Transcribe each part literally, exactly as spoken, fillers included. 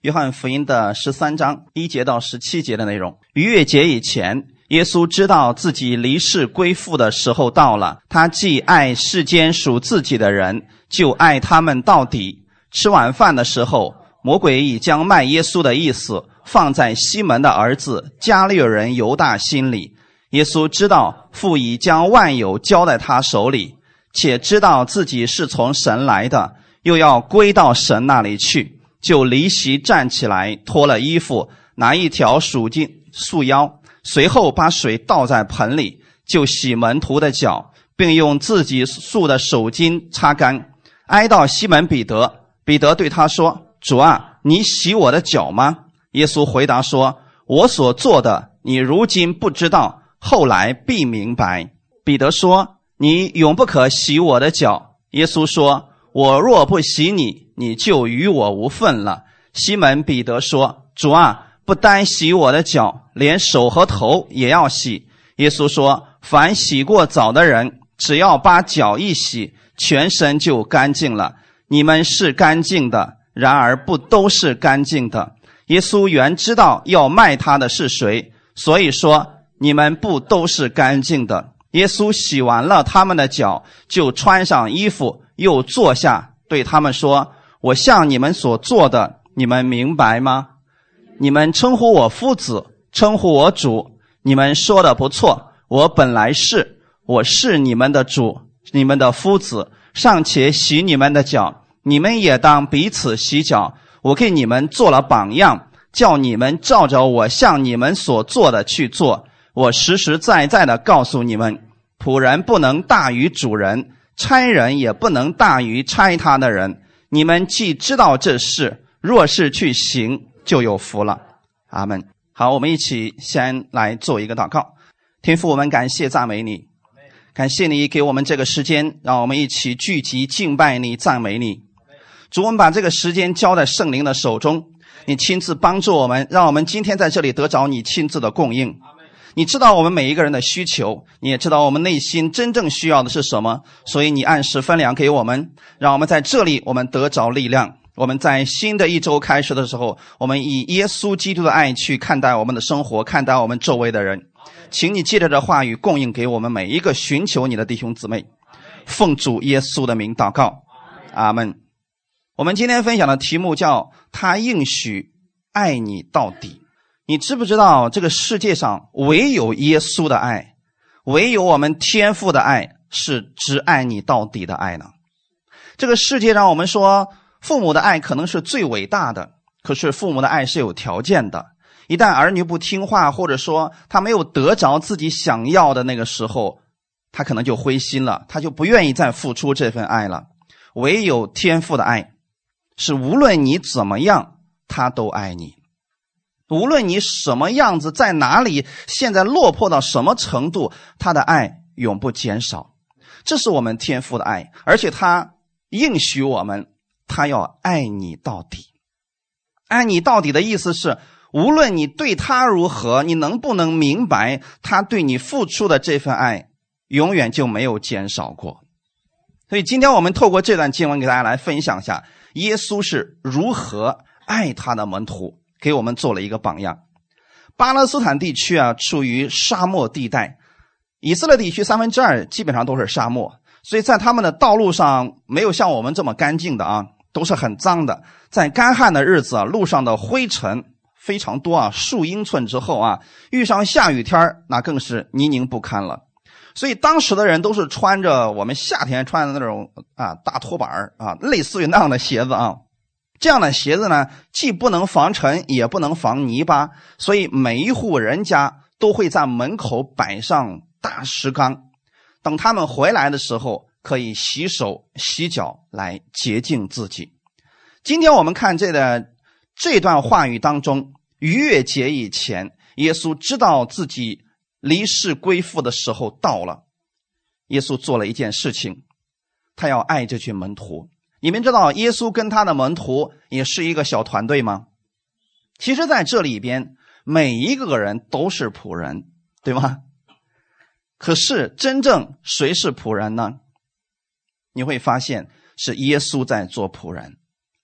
约翰福音的十三章一节到十七节的内容。逾越节以前，耶稣知道自己离世归父的时候到了，他既爱世间属自己的人，就爱他们到底。吃晚饭的时候，魔鬼已将卖耶稣的意思放在西门的儿子加略人犹大心里。耶稣知道父已将万有交在他手里，且知道自己是从神来的，又要归到神那里去，就离席站起来，脱了衣服，拿一条束巾束腰，随后把水倒在盆里，就洗门徒的脚，并用自己束的手巾擦干，挨到西门彼得。彼得对他说：主啊，你洗我的脚吗？耶稣回答说：我所做的你如今不知道，后来必明白。彼得说：你永不可洗我的脚。耶稣说：我若不洗你，你就与我无分了。西门彼得说：主啊，不单洗我的脚，连手和头也要洗。耶稣说：凡洗过澡的人，只要把脚一洗，全身就干净了。你们是干净的，然而不都是干净的。耶稣原知道要卖他的是谁，所以说你们不都是干净的。耶稣洗完了他们的脚，就穿上衣服，又坐下，对他们说：我向你们所做的，你们明白吗？你们称呼我夫子，称呼我主，你们说的不错，我本来是，我是你们的主，你们的夫子，尚且洗你们的脚，你们也当彼此洗脚。我给你们做了榜样，叫你们照着我向你们所做的去做。我实实在在的告诉你们，仆人不能大于主人，差人也不能大于差他的人。你们既知道这事，若是去行，就有福了。阿们。好，我们一起先来做一个祷告。天父，我们感谢赞美你，感谢你给我们这个时间，让我们一起聚集敬拜你，赞美你。主，我们把这个时间交在圣灵的手中，你亲自帮助我们，让我们今天在这里得着你亲自的供应。你知道我们每一个人的需求，你也知道我们内心真正需要的是什么，所以你按时分粮给我们，让我们在这里我们得着力量。我们在新的一周开始的时候，我们以耶稣基督的爱去看待我们的生活，看待我们周围的人。请你借着这话语供应给我们每一个寻求你的弟兄姊妹，奉主耶稣的名祷告，阿们。我们今天分享的题目叫他应许爱你到底。你知不知道这个世界上唯有耶稣的爱，唯有我们天父的爱是只爱你到底的爱呢？这个世界上我们说父母的爱可能是最伟大的，可是父母的爱是有条件的。一旦儿女不听话，或者说他没有得着自己想要的那个时候，他可能就灰心了，他就不愿意再付出这份爱了。唯有天父的爱是无论你怎么样，他都爱你。无论你什么样子，在哪里，现在落魄到什么程度，他的爱永不减少。这是我们天父的爱，而且他应许我们，他要爱你到底。爱你到底的意思是，无论你对他如何，你能不能明白他对你付出的这份爱永远就没有减少过。所以今天我们透过这段经文给大家来分享一下耶稣是如何爱他的门徒，给我们做了一个榜样。巴勒斯坦地区啊，处于沙漠地带，以色列地区三分之二基本上都是沙漠，所以在他们的道路上没有像我们这么干净的啊，都是很脏的。在干旱的日子啊，路上的灰尘非常多啊，数英寸之厚啊，遇上下雨天那更是泥泞不堪了。所以当时的人都是穿着我们夏天穿的那种啊大拖板啊，类似于那样的鞋子啊。这样的鞋子呢，既不能防尘，也不能防泥巴，所以每一户人家都会在门口摆上大石缸，等他们回来的时候可以洗手洗脚来洁净自己。今天我们看这的这段话语当中，逾越节以前，耶稣知道自己离世归父的时候到了。耶稣做了一件事情，他要爱这群门徒。你们知道耶稣跟他的门徒也是一个小团队吗？其实在这里边每一个人都是仆人，对吗？可是真正谁是仆人呢？你会发现是耶稣在做仆人。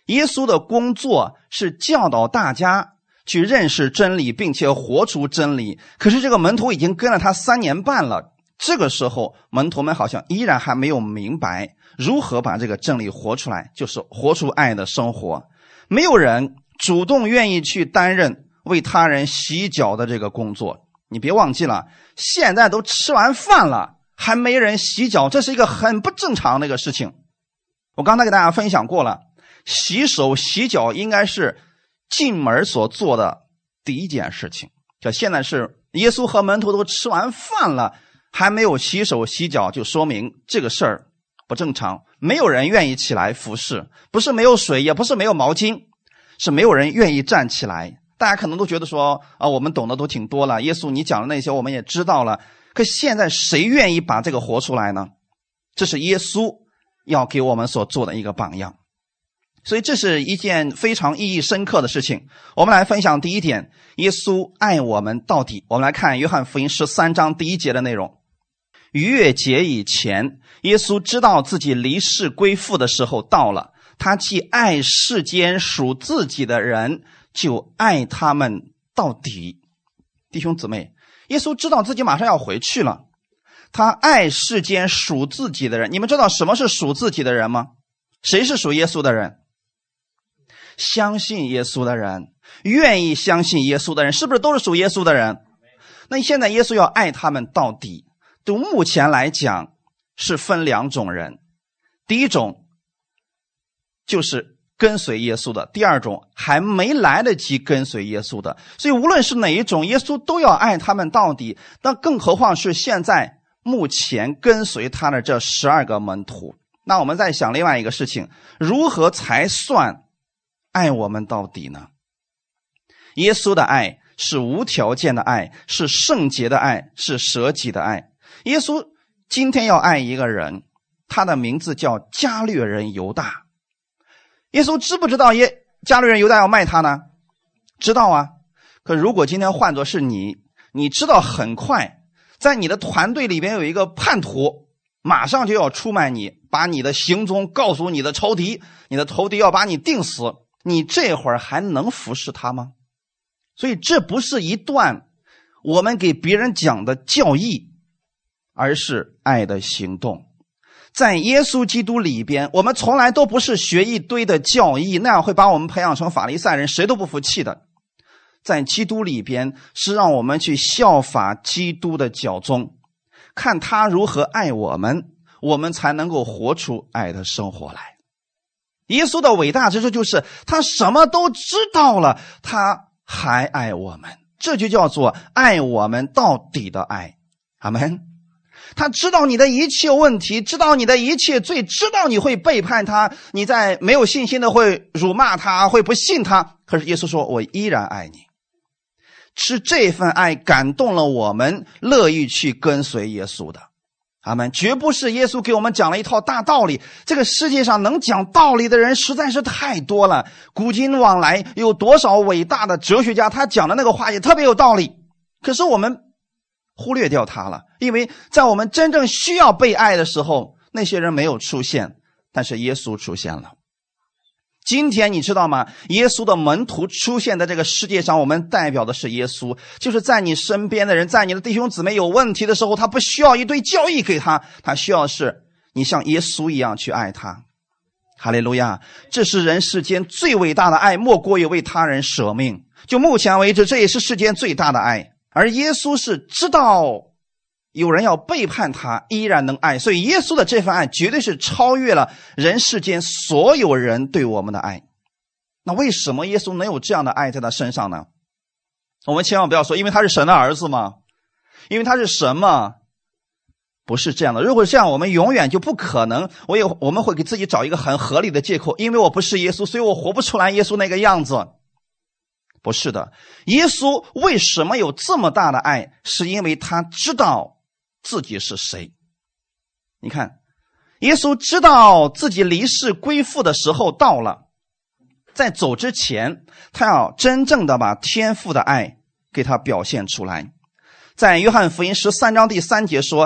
耶稣的工作是教导大家去认识真理，并且活出真理。可是这个门徒已经跟了他三年半了，这个时候门徒们好像依然还没有明白如何把这个真理活出来，就是活出爱的生活。没有人主动愿意去担任为他人洗脚的这个工作。你别忘记了，现在都吃完饭了还没人洗脚，这是一个很不正常的一个事情。我刚才给大家分享过了，洗手洗脚应该是进门所做的第一件事情。这现在是耶稣和门徒都吃完饭了还没有洗手洗脚，就说明这个事儿不正常，没有人愿意起来服侍，不是没有水，也不是没有毛巾，是没有人愿意站起来。大家可能都觉得说啊，我们懂得都挺多了，耶稣你讲的那些我们也知道了，可现在谁愿意把这个活出来呢？这是耶稣要给我们所做的一个榜样。所以这是一件非常意义深刻的事情。我们来分享第一点，耶稣爱我们到底。我们来看约翰福音十三章第一节的内容。逾越节以前，耶稣知道自己离世归父的时候到了，他既爱世间属自己的人，就爱他们到底。弟兄姊妹，耶稣知道自己马上要回去了，他爱世间属自己的人。你们知道什么是属自己的人吗？谁是属耶稣的人？相信耶稣的人，愿意相信耶稣的人，是不是都是属耶稣的人？那现在耶稣要爱他们到底。对目前来讲是分两种人，第一种就是跟随耶稣的，第二种还没来得及跟随耶稣的。所以无论是哪一种，耶稣都要爱他们到底。那更何况是现在目前跟随他的这十二个门徒。那我们再想另外一个事情，如何才算爱我们到底呢？耶稣的爱是无条件的爱，是圣洁的爱，是舍己的爱。耶稣今天要爱一个人，他的名字叫加略人犹大。耶稣知不知道耶加略人犹大要卖他呢？知道啊。可如果今天换作是你，你知道很快在你的团队里边有一个叛徒马上就要出卖你，把你的行踪告诉你的仇敌，你的仇敌要把你定死，你这会儿还能服侍他吗？所以这不是一段我们给别人讲的教义，而是爱的行动。在耶稣基督里边，我们从来都不是学一堆的教义，那样会把我们培养成法利赛人，谁都不服气的。在基督里边是让我们去效法基督的教宗，看他如何爱我们，我们才能够活出爱的生活来。耶稣的伟大之处就是他什么都知道了，他还爱我们，这就叫做爱我们到底的爱。阿们。他知道你的一切问题，知道你的一切罪，知道你会背叛他，你在没有信心的会辱骂他，会不信他，可是耶稣说我依然爱你。是这份爱感动了我们，乐意去跟随耶稣的。阿们。绝不是耶稣给我们讲了一套大道理，这个世界上能讲道理的人实在是太多了，古今往来有多少伟大的哲学家，他讲的那个话也特别有道理，可是我们忽略掉他了，因为在我们真正需要被爱的时候，那些人没有出现，但是耶稣出现了。今天你知道吗？耶稣的门徒出现在这个世界上，我们代表的是耶稣。就是在你身边的人，在你的弟兄姊妹有问题的时候，他不需要一堆教义给他，他需要是你像耶稣一样去爱他。哈利路亚！这是人世间最伟大的爱，莫过于为他人舍命。就目前为止，这也是世间最大的爱。而耶稣是知道有人要背叛他，依然能爱，所以耶稣的这份爱绝对是超越了人世间所有人对我们的爱。那为什么耶稣能有这样的爱在他身上呢？我们千万不要说因为他是神的儿子吗？因为他是神吗？不是这样的。如果是这样，我们永远就不可能，我有我们会给自己找一个很合理的借口，因为我不是耶稣，所以我活不出来耶稣那个样子。不是的，耶稣为什么有这么大的爱？是因为他知道自己是谁。你看，耶稣知道自己离世归父的时候到了，在走之前，他要真正的把天父的爱给他表现出来。在约翰福音十三章第三节说，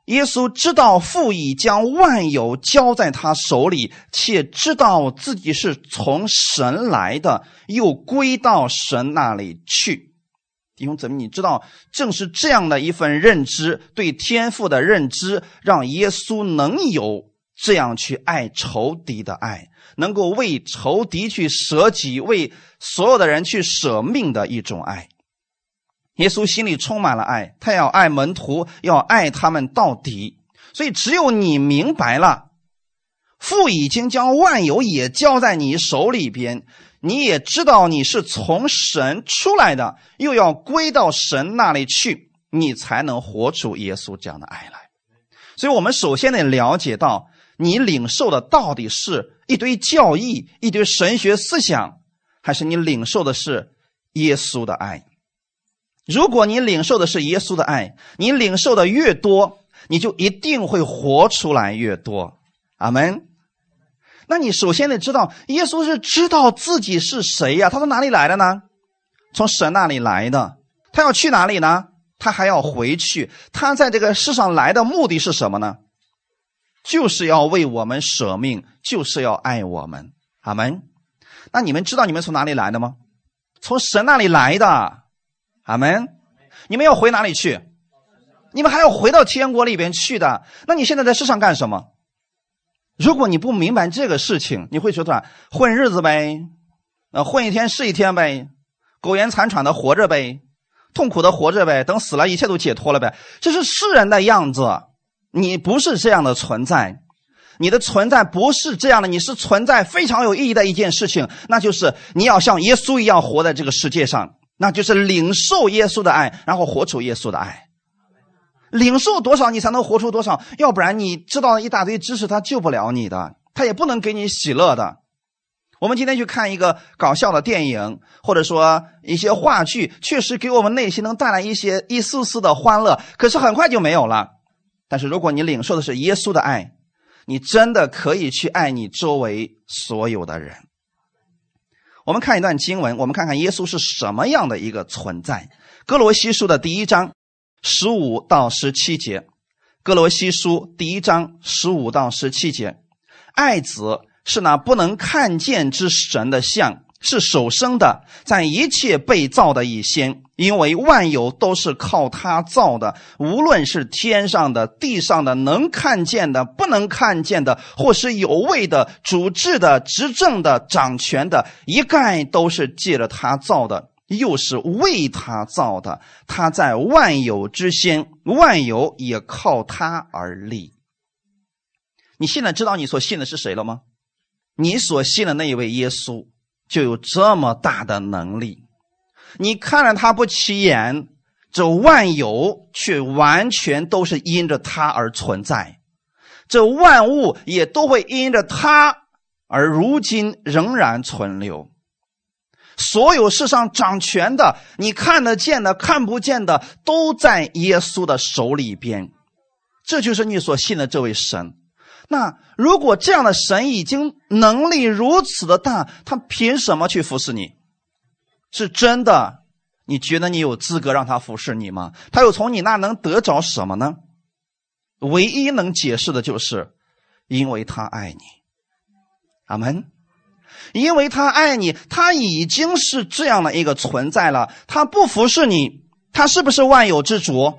耶稣知道父已将万有交在他手里，且知道自己是从神来的，又归到神那里去。弟兄姊妹，你知道正是这样的一份认知，对天父的认知，让耶稣能有这样去爱仇敌的爱，能够为仇敌去舍己，为所有的人去舍命的一种爱。耶稣心里充满了爱，他要爱门徒，要爱他们到底。所以只有你明白了，父已经将万有也交在你手里边，你也知道你是从神出来的，又要归到神那里去，你才能活出耶稣这样的爱来。所以我们首先得了解到，你领受的到底是一堆教义，一堆神学思想，还是你领受的是耶稣的爱。如果你领受的是耶稣的爱，你领受的越多，你就一定会活出来越多。阿们。那你首先得知道，耶稣是知道自己是谁呀？他从哪里来的呢？从神那里来的。他要去哪里呢？他还要回去。他在这个世上来的目的是什么呢？就是要为我们舍命，就是要爱我们。阿们。那你们知道你们从哪里来的吗？从神那里来的。阿们。你们要回哪里去？你们还要回到天国里边去的。那你现在在世上干什么？如果你不明白这个事情，你会觉得混日子呗，呃，混一天是一天呗，苟延残喘的活着呗，痛苦的活着呗，等死了一切都解脱了呗。这是世人的样子，你不是这样的存在。你的存在不是这样的，你是存在非常有意义的一件事情，那就是你要像耶稣一样活在这个世界上，那就是领受耶稣的爱，然后活出耶稣的爱。领受多少你才能活出多少，要不然你知道一大堆知识他救不了你的，他也不能给你喜乐的。我们今天去看一个搞笑的电影，或者说一些话剧，确实给我们内心能带来一些一丝丝的欢乐，可是很快就没有了。但是如果你领受的是耶稣的爱，你真的可以去爱你周围所有的人。我们看一段经文，我们看看耶稣是什么样的一个存在。哥罗西书的第一章十五到十七节，哥罗西书第一章十五到十七节，爱子是那不能看见之神的像，是首生的，在一切被造的以先，因为万有都是靠他造的，无论是天上的、地上的，能看见的、不能看见的，或是有位的、主治的、执政的、掌权的，一概都是借着他造的，又是为他造的。他在万有之先，万有也靠他而立。你现在知道你所信的是谁了吗？你所信的那一位耶稣就有这么大的能力，你看着他不起眼，这万有却完全都是因着他而存在，这万物也都会因着他而如今仍然存留。所有世上掌权的，你看得见的看不见的，都在耶稣的手里边。这就是你所信的这位神。那如果这样的神已经能力如此的大，他凭什么去服侍你？是真的你觉得你有资格让他服侍你吗？他又从你那能得着什么呢？唯一能解释的就是因为他爱你。阿们。因为他爱你，他已经是这样的一个存在了。他不服侍你，他是不是万有之主？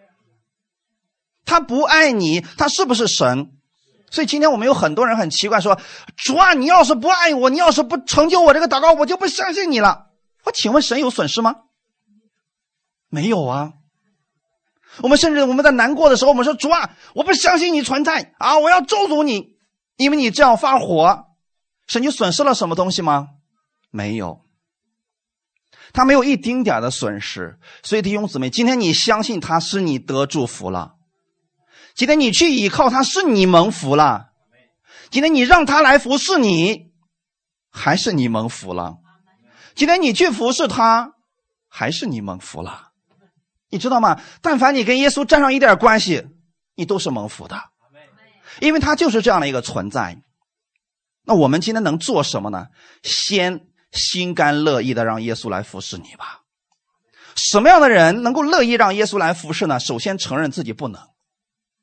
他不爱你，他是不是神？所以今天我们有很多人很奇怪说，主啊，你要是不爱我，你要是不成就我这个祷告，我就不相信你了。我请问神有损失吗？没有啊。我们甚至我们在难过的时候，我们说，主啊，我不相信你存在啊，我要咒诅你，因为你这样发火，神就损失了什么东西吗？没有，他没有一丁点的损失。所以弟兄姊妹，今天你相信他，是你得祝福了。今天你去依靠他，是你蒙福了。今天你让他来服侍你，还是你蒙福了。今天你去服侍他，还是你蒙福了。你知道吗？但凡你跟耶稣沾上一点关系，你都是蒙福的，因为他就是这样的一个存在。那我们今天能做什么呢？先心甘乐意的让耶稣来服侍你吧。什么样的人能够乐意让耶稣来服侍呢？首先承认自己不能。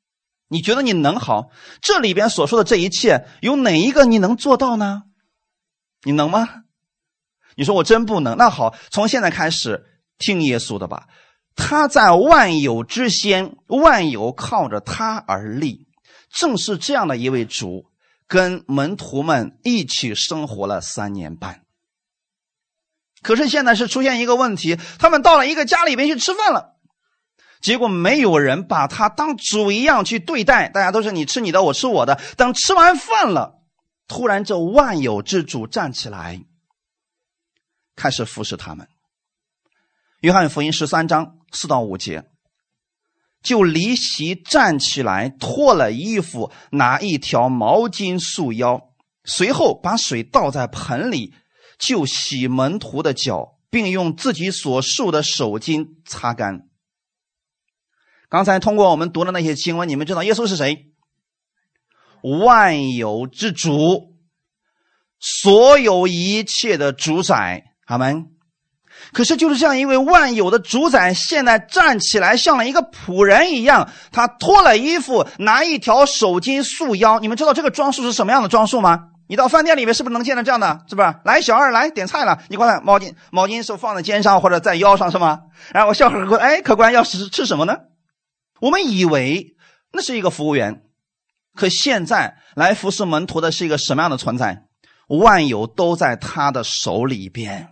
你觉得你能好？这里边所说的这一切，有哪一个你能做到呢？你能吗？你说我真不能。那好，从现在开始听耶稣的吧。他在万有之先，万有靠着他而立。正是这样的一位主，跟门徒们一起生活了三年半。可是现在是出现一个问题，他们到了一个家里边去吃饭了，结果没有人把他当主一样去对待，大家都是你吃你的，我吃我的。等吃完饭了，突然这万有之主站起来，开始服侍他们。约翰福音十三章四到五节，就离席站起来，脱了衣服，拿一条毛巾束腰，随后把水倒在盆里，就洗门徒的脚，并用自己所束的手巾擦干。刚才通过我们读的那些经文，你们知道耶稣是谁？万有之主，所有一切的主宰。阿们。可是就是这样一位万有的主宰，现在站起来像了一个仆人一样，他脱了衣服，拿一条手巾束腰。你们知道这个装束是什么样的装束吗？你到饭店里面是不是能见到这样的？是不是？来，小二来点菜了，你看毛巾，毛巾是放在肩上或者在腰上是吗？然后我笑呵呵，哎，客官要吃吃什么呢？我们以为那是一个服务员，可现在来服侍门徒的是一个什么样的存在？万有都在他的手里边。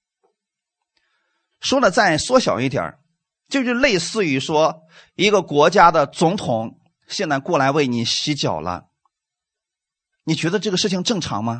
说的再缩小一点，就是类似于说一个国家的总统现在过来为你洗脚了，你觉得这个事情正常吗？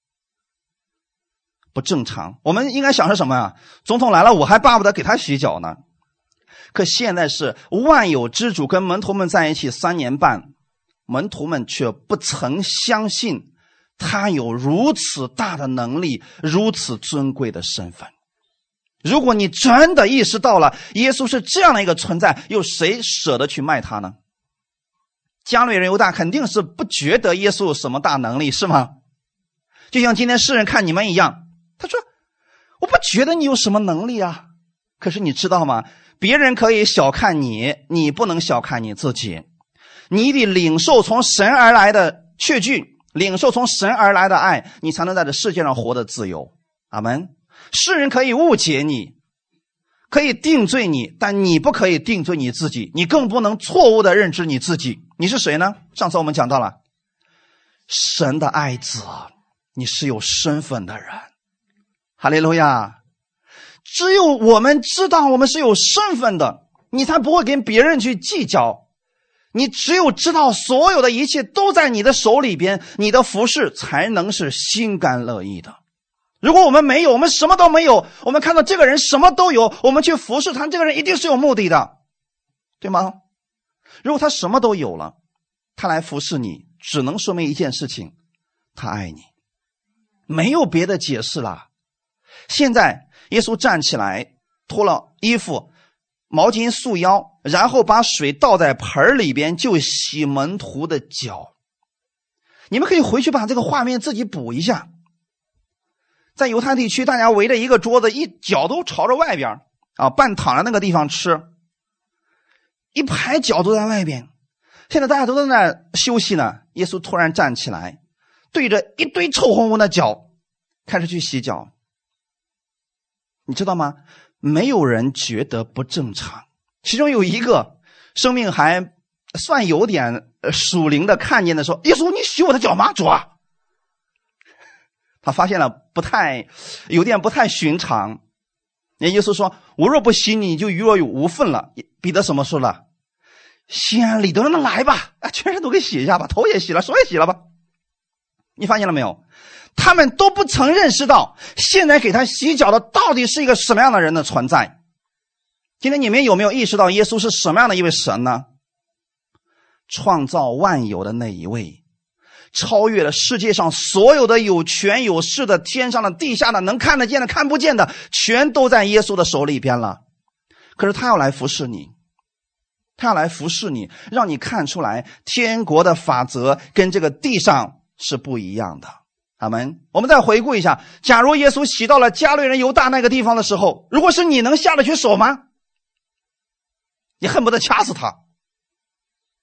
不正常。我们应该想是什么呀？总统来了，我还巴不得给他洗脚呢。可现在是万有之主跟门徒们在一起三年半，门徒们却不曾相信他有如此大的能力，如此尊贵的身份。如果你真的意识到了耶稣是这样的一个存在，有谁舍得去卖他呢？加略人犹大肯定是不觉得耶稣有什么大能力，是吗？就像今天世人看你们一样，他说我不觉得你有什么能力啊。可是你知道吗？别人可以小看你，你不能小看你自己。你得领受从神而来的确据，领受从神而来的爱，你才能在这世界上活得自由。阿们。世人可以误解你，可以定罪你，但你不可以定罪你自己，你更不能错误的认知你自己。你是谁呢？上次我们讲到了神的爱子，你是有身份的人。哈利路亚。只有我们知道我们是有身份的，你才不会跟别人去计较。你只有知道所有的一切都在你的手里边，你的服事才能是心甘乐意的。如果我们没有，我们什么都没有，我们看到这个人什么都有，我们去服侍他，这个人一定是有目的的，对吗？如果他什么都有了，他来服侍你，只能说明一件事情，他爱你，没有别的解释了。现在耶稣站起来，脱了衣服，毛巾束腰，然后把水倒在盆里边，就洗门徒的脚。你们可以回去把这个画面自己补一下。在犹太地区，大家围着一个桌子，一脚都朝着外边啊，半躺在那个地方吃，一排脚都在外边。现在大家都在那休息呢，耶稣突然站起来，对着一堆臭烘烘的脚开始去洗脚。你知道吗？没有人觉得不正常。其中有一个生命还算有点属灵的，看见的说：“耶稣，你洗我的脚吗？主啊！”他发现了不太有点不太寻常。耶稣说：“我若不洗你，你就与我有无分了。”彼得什么说了？心安理得，那来吧，全身都给洗一下吧，头也洗了，手也洗了吧。你发现了没有？他们都不曾认识到现在给他洗脚的到底是一个什么样的人的存在。今天你们有没有意识到耶稣是什么样的一位神呢？创造万有的那一位，超越了世界上所有的有权有势的，天上的地下的，能看得见的看不见的，全都在耶稣的手里边了。可是他要来服侍你，他要来服侍你，让你看出来天国的法则跟这个地上是不一样的。阿们。我们再回顾一下，假如耶稣洗到了加略人犹大那个地方的时候，如果是你，能下得去手吗？你恨不得掐死他。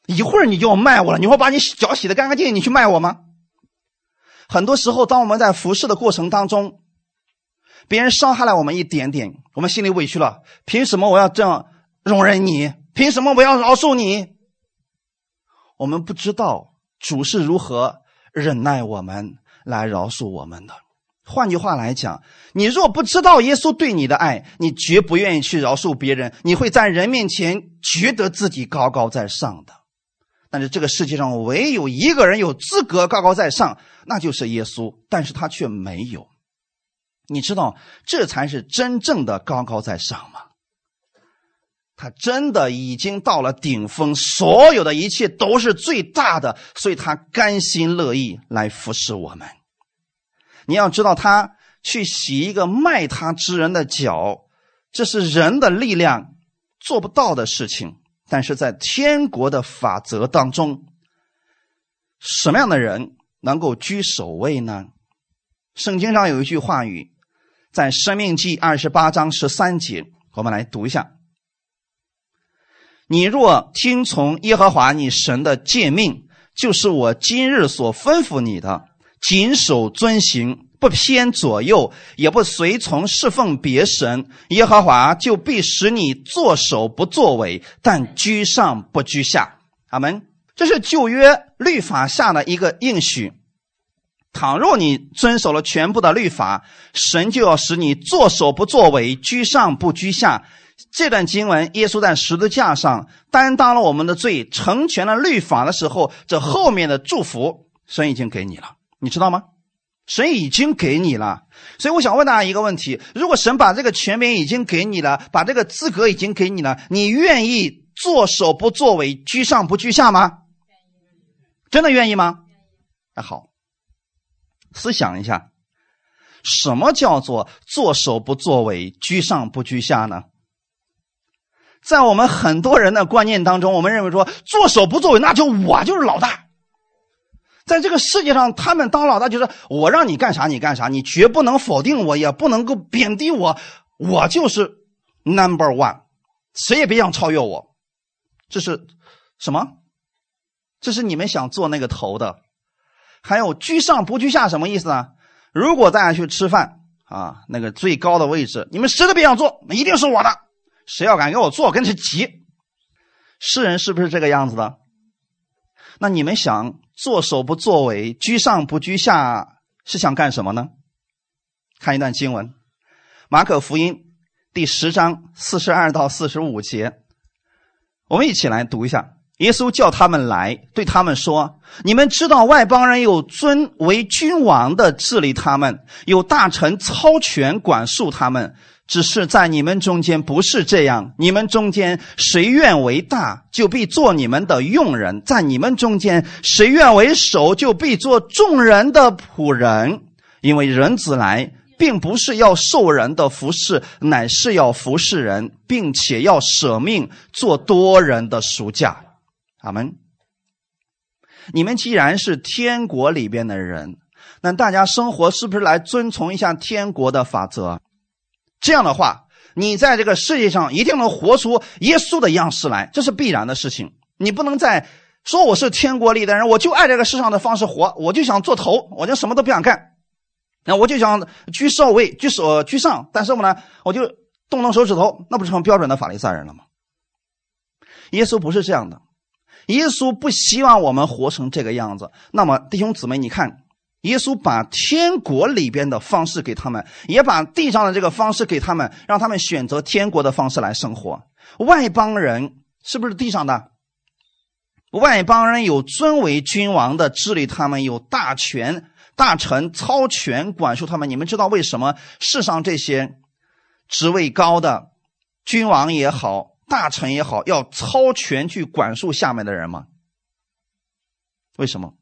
一会儿你就要卖我了，你会把你脚洗得干干净净，你去卖我吗？很多时候当我们在服侍的过程当中，别人伤害了我们一点点，我们心里委屈了，凭什么我要这样容忍你？凭什么我要饶恕你？我们不知道主是如何忍耐我们来饶恕我们的。换句话来讲，你若不知道耶稣对你的爱，你绝不愿意去饶恕别人，你会在人面前觉得自己高高在上的。但是这个世界上唯有一个人有资格高高在上，那就是耶稣，但是他却没有。你知道这才是真正的高高在上吗？他真的已经到了顶峰，所有的一切都是最大的，所以他甘心乐意来服侍我们。你要知道，他去洗一个卖他之人的脚，这是人的力量做不到的事情。但是在天国的法则当中，什么样的人能够居首位呢？圣经上有一句话语，在申命记二十八章十三节，我们来读一下。你若听从耶和华你神的诫命，就是我今日所吩咐你的，谨守遵行，不偏左右，也不随从侍奉别神，耶和华就必使你作首不作尾，但居上不居下。阿们。这是旧约律法下的一个应许，倘若你遵守了全部的律法，神就要使你作首不作尾，居上不居下。这段经文，耶稣在十字架上担当了我们的罪，成全了律法的时候，这后面的祝福神已经给你了，你知道吗？神已经给你了。所以我想问大家一个问题，如果神把这个权柄已经给你了，把这个资格已经给你了，你愿意作首不作尾，居上不居下吗？真的愿意吗？那好，思想一下，什么叫做作首不作尾，居上不居下呢？在我们很多人的观念当中，我们认为说作首不作尾，那就我就是老大。在这个世界上，他们当老大就是我让你干啥你干啥，你绝不能否定我，也不能够贬低我，我就是 number one， 谁也别想超越我。这是什么？这是你们想做那个头的。还有居上不居下什么意思呢？如果大家去吃饭啊，那个最高的位置，你们谁都别想坐，一定是我的，谁要敢给我坐，跟着急。世人是不是这个样子的？那你们想作首不作尾，居上不居下，是想干什么呢？看一段经文，马可福音第十章四十二到四十五节，我们一起来读一下。耶稣叫他们来，对他们说，你们知道外邦人有尊为君王的治理他们，有大臣操权管束他们，只是在你们中间不是这样。你们中间谁愿为大，就必做你们的用人；在你们中间谁愿为首，就必做众人的仆人。因为人子来并不是要受人的服侍，乃是要服侍人，并且要舍命做多人的赎价。阿们。你们既然是天国里边的人，那大家生活是不是来遵从一下天国的法则？这样的话，你在这个世界上一定能活出耶稣的样式来，这是必然的事情。你不能再说我是天国里的人，我就爱这个世上的方式活，我就想做头，我就什么都不想干，那我就想居首位，居首居上，但是我呢，我就动动手指头，那不是很标准的法利赛人了吗？耶稣不是这样的，耶稣不希望我们活成这个样子。那么弟兄姊妹，你看耶稣把天国里边的方式给他们，也把地上的这个方式给他们，让他们选择天国的方式来生活。外邦人是不是地上的？外邦人有尊为君王的治理他们，有大权大臣操权管束他们。你们知道为什么世上这些职位高的君王也好，大臣也好，要操权去管束下面的人吗？为什么？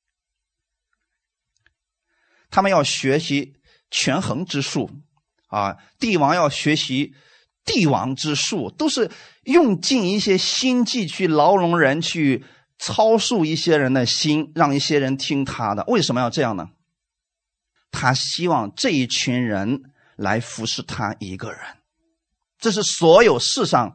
他们要学习权衡之术啊，帝王要学习帝王之术，都是用尽一些心计去牢笼人，去操束一些人的心，让一些人听他的。为什么要这样呢？他希望这一群人来服侍他一个人。这是所有世上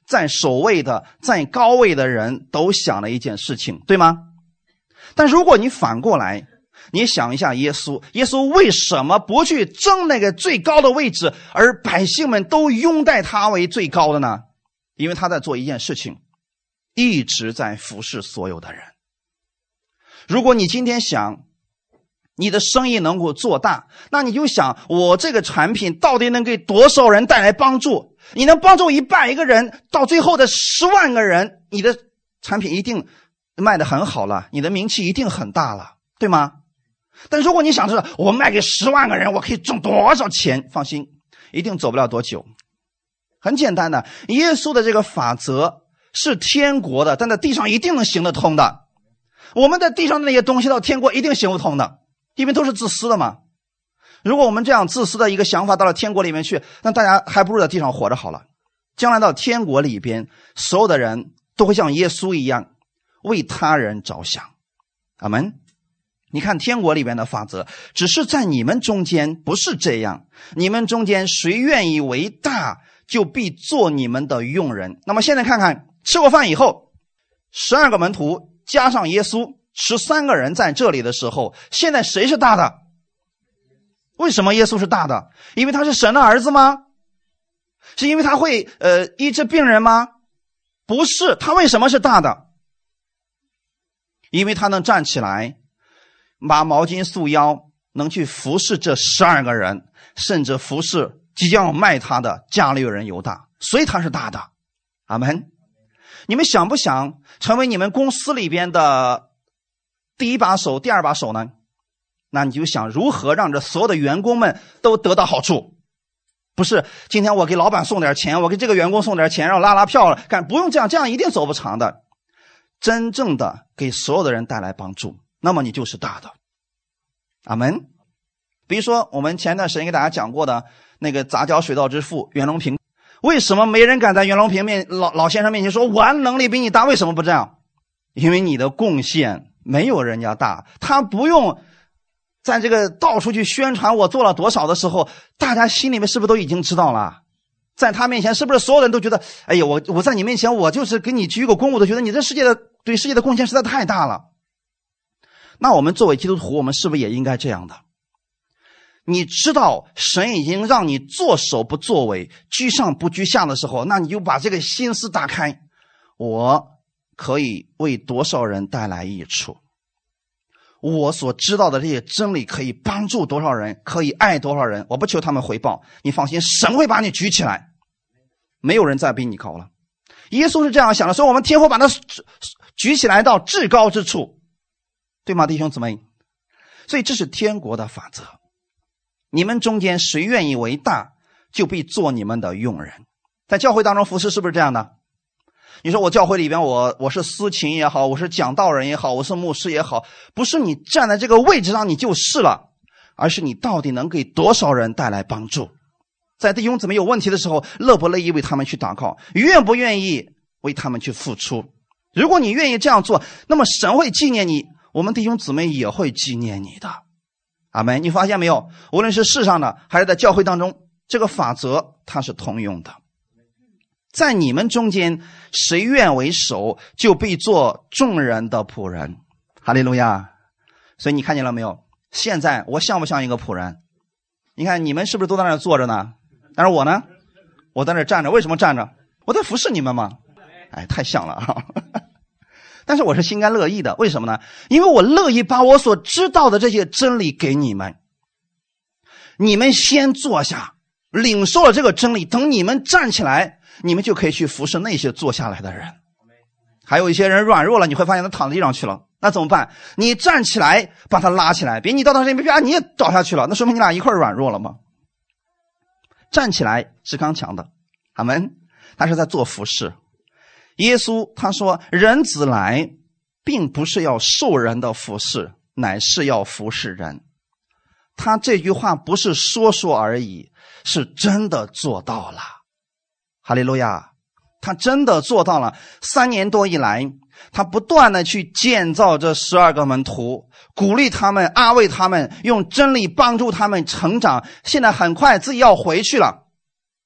在首位的、在高位的人都想了一件事情，对吗？但如果你反过来，你想一下耶稣，耶稣为什么不去争那个最高的位置，而百姓们都拥戴他为最高的呢？因为他在做一件事情，一直在服侍所有的人。如果你今天想你的生意能够做大，那你就想我这个产品到底能给多少人带来帮助？你能帮助一百个人，到最后的十万个人，你的产品一定卖得很好了，你的名气一定很大了，对吗？但如果你想着我卖给十万个人，我可以挣多少钱，放心，一定走不了多久。很简单的，耶稣的这个法则是天国的，但在地上一定能行得通的。我们在地上的那些东西到天国一定行不通的，因为都是自私的嘛。如果我们这样自私的一个想法到了天国里面去，那大家还不如在地上活着好了。将来到天国里边，所有的人都会像耶稣一样为他人着想。阿们。你看天国里边的法则，只是在你们中间不是这样，你们中间谁愿意为大，就必做你们的用人。那么现在看看，吃过饭以后，十二个门徒加上耶稣，十三个人在这里的时候，现在谁是大的？为什么耶稣是大的？因为他是神的儿子吗？是因为他会呃医治病人吗？不是，他为什么是大的？因为他能站起来把毛巾束腰，能去服侍这十二个人，甚至服侍即将要卖他的加利人犹大，所以他是大的。阿们。你们想不想成为你们公司里边的第一把手、第二把手呢？那你就想如何让这所有的员工们都得到好处。不是今天我给老板送点钱，我给这个员工送点钱，然后拉拉票了，干不用这样，这样一定走不长的。真正的给所有的人带来帮助，那么你就是大的。阿们。比如说我们前段时间给大家讲过的那个杂交水稻之父袁隆平，为什么没人敢在袁隆平面老老先生面前说我能力比你大？为什么不这样？因为你的贡献没有人家大，他不用在这个到处去宣传我做了多少的时候，大家心里面是不是都已经知道了？在他面前是不是所有人都觉得，哎呀，我我在你面前我就是给你鞠个躬，我都觉得你这世界的对世界的贡献实在太大了。那我们作为基督徒，我们是不是也应该这样的？你知道神已经让你作首不作尾，居上不居下的时候，那你就把这个心思打开，我可以为多少人带来益处，我所知道的这些真理可以帮助多少人，可以爱多少人，我不求他们回报，你放心，神会把你举起来，没有人再比你高了。耶稣是这样想的，所以我们天父把他举起来到至高之处，对吗，弟兄姊妹？所以这是天国的法则，你们中间谁愿意为大，就必做你们的用人。在教会当中服侍是不是这样的？你说我教会里边，我我是司琴也好，我是讲道人也好，我是牧师也好，不是你站在这个位置上你就是了，而是你到底能给多少人带来帮助。在弟兄姊妹有问题的时候，乐不乐意为他们去祷告，愿不愿意为他们去付出？如果你愿意这样做，那么神会纪念你，我们弟兄姊妹也会纪念你的。阿们。你发现没有，无论是世上的还是在教会当中，这个法则它是通用的。在你们中间谁愿为首，就必做众人的仆人。哈利路亚。所以你看见了没有，现在我像不像一个仆人？你看你们是不是都在那坐着呢？但是我呢，我在那站着。为什么站着？我在服侍你们嘛。哎，太像了啊！但是我是心甘乐意的。为什么呢？因为我乐意把我所知道的这些真理给你们，你们先坐下领受了这个真理，等你们站起来，你们就可以去服侍那些坐下来的人。还有一些人软弱了，你会发现他躺在地上去了，那怎么办？你站起来把他拉起来，别你到他身边，你也倒下去了，那说明你俩一块软弱了吗？站起来是刚强的。阿们。他是在做服侍。耶稣他说，人子来并不是要受人的服侍，乃是要服侍人。他这句话不是说说而已，是真的做到了。哈利路亚。他真的做到了。三年多以来，他不断的去建造这十二个门徒，鼓励他们，安慰他们，用真理帮助他们成长。现在很快自己要回去了，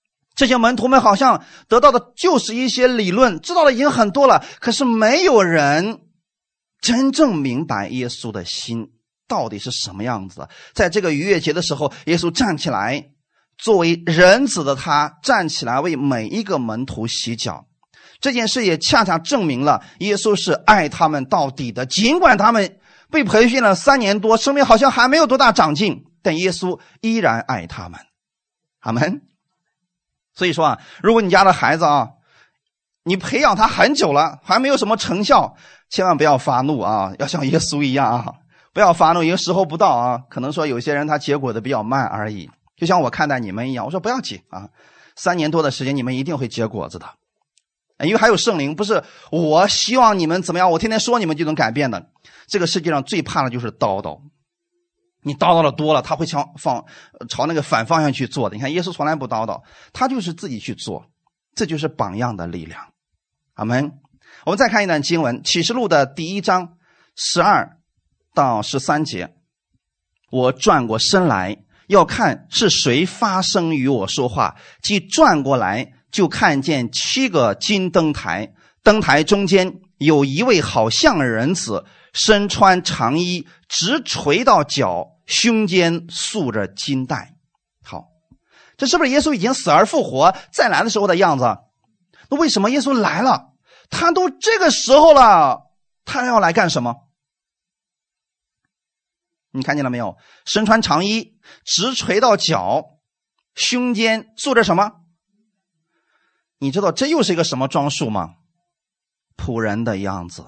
这些门徒们好像得到的就是一些理论，知道的已经很多了，可是没有人真正明白耶稣的心到底是什么样子。在这个逾越节的时候，耶稣站起来，作为人子的他站起来为每一个门徒洗脚。这件事也恰恰证明了耶稣是爱他们到底的，尽管他们被培训了三年多，生命好像还没有多大长进，但耶稣依然爱他们。阿们。所以说啊，如果你家的孩子啊，你培养他很久了还没有什么成效，千万不要发怒啊，要像耶稣一样啊，不要发怒，因为时候不到啊。可能说有些人他结果的比较慢而已，就像我看待你们一样，我说不要紧啊，三年多的时间你们一定会结果子的，因为还有圣灵，不是我希望你们怎么样，我天天说你们就能改变的。这个世界上最怕的就是叨叨，你叨叨的多了，他会朝放朝那个反方向去做的。你看耶稣从来不叨叨，他就是自己去做，这就是榜样的力量。阿们。我们再看一段经文，启示录的第一章十二到十三节。我转过身来，要看是谁发声与我说话，即转过来，就看见七个金灯台，灯台中间有一位好像人子，身穿长衣，直垂到脚，胸间束着金带。好，这是不是耶稣已经死而复活再来的时候的样子？那为什么耶稣来了，他都这个时候了，他要来干什么？你看见了没有？身穿长衣，直垂到脚，胸间束着什么？你知道这又是一个什么装束吗？仆人的样子。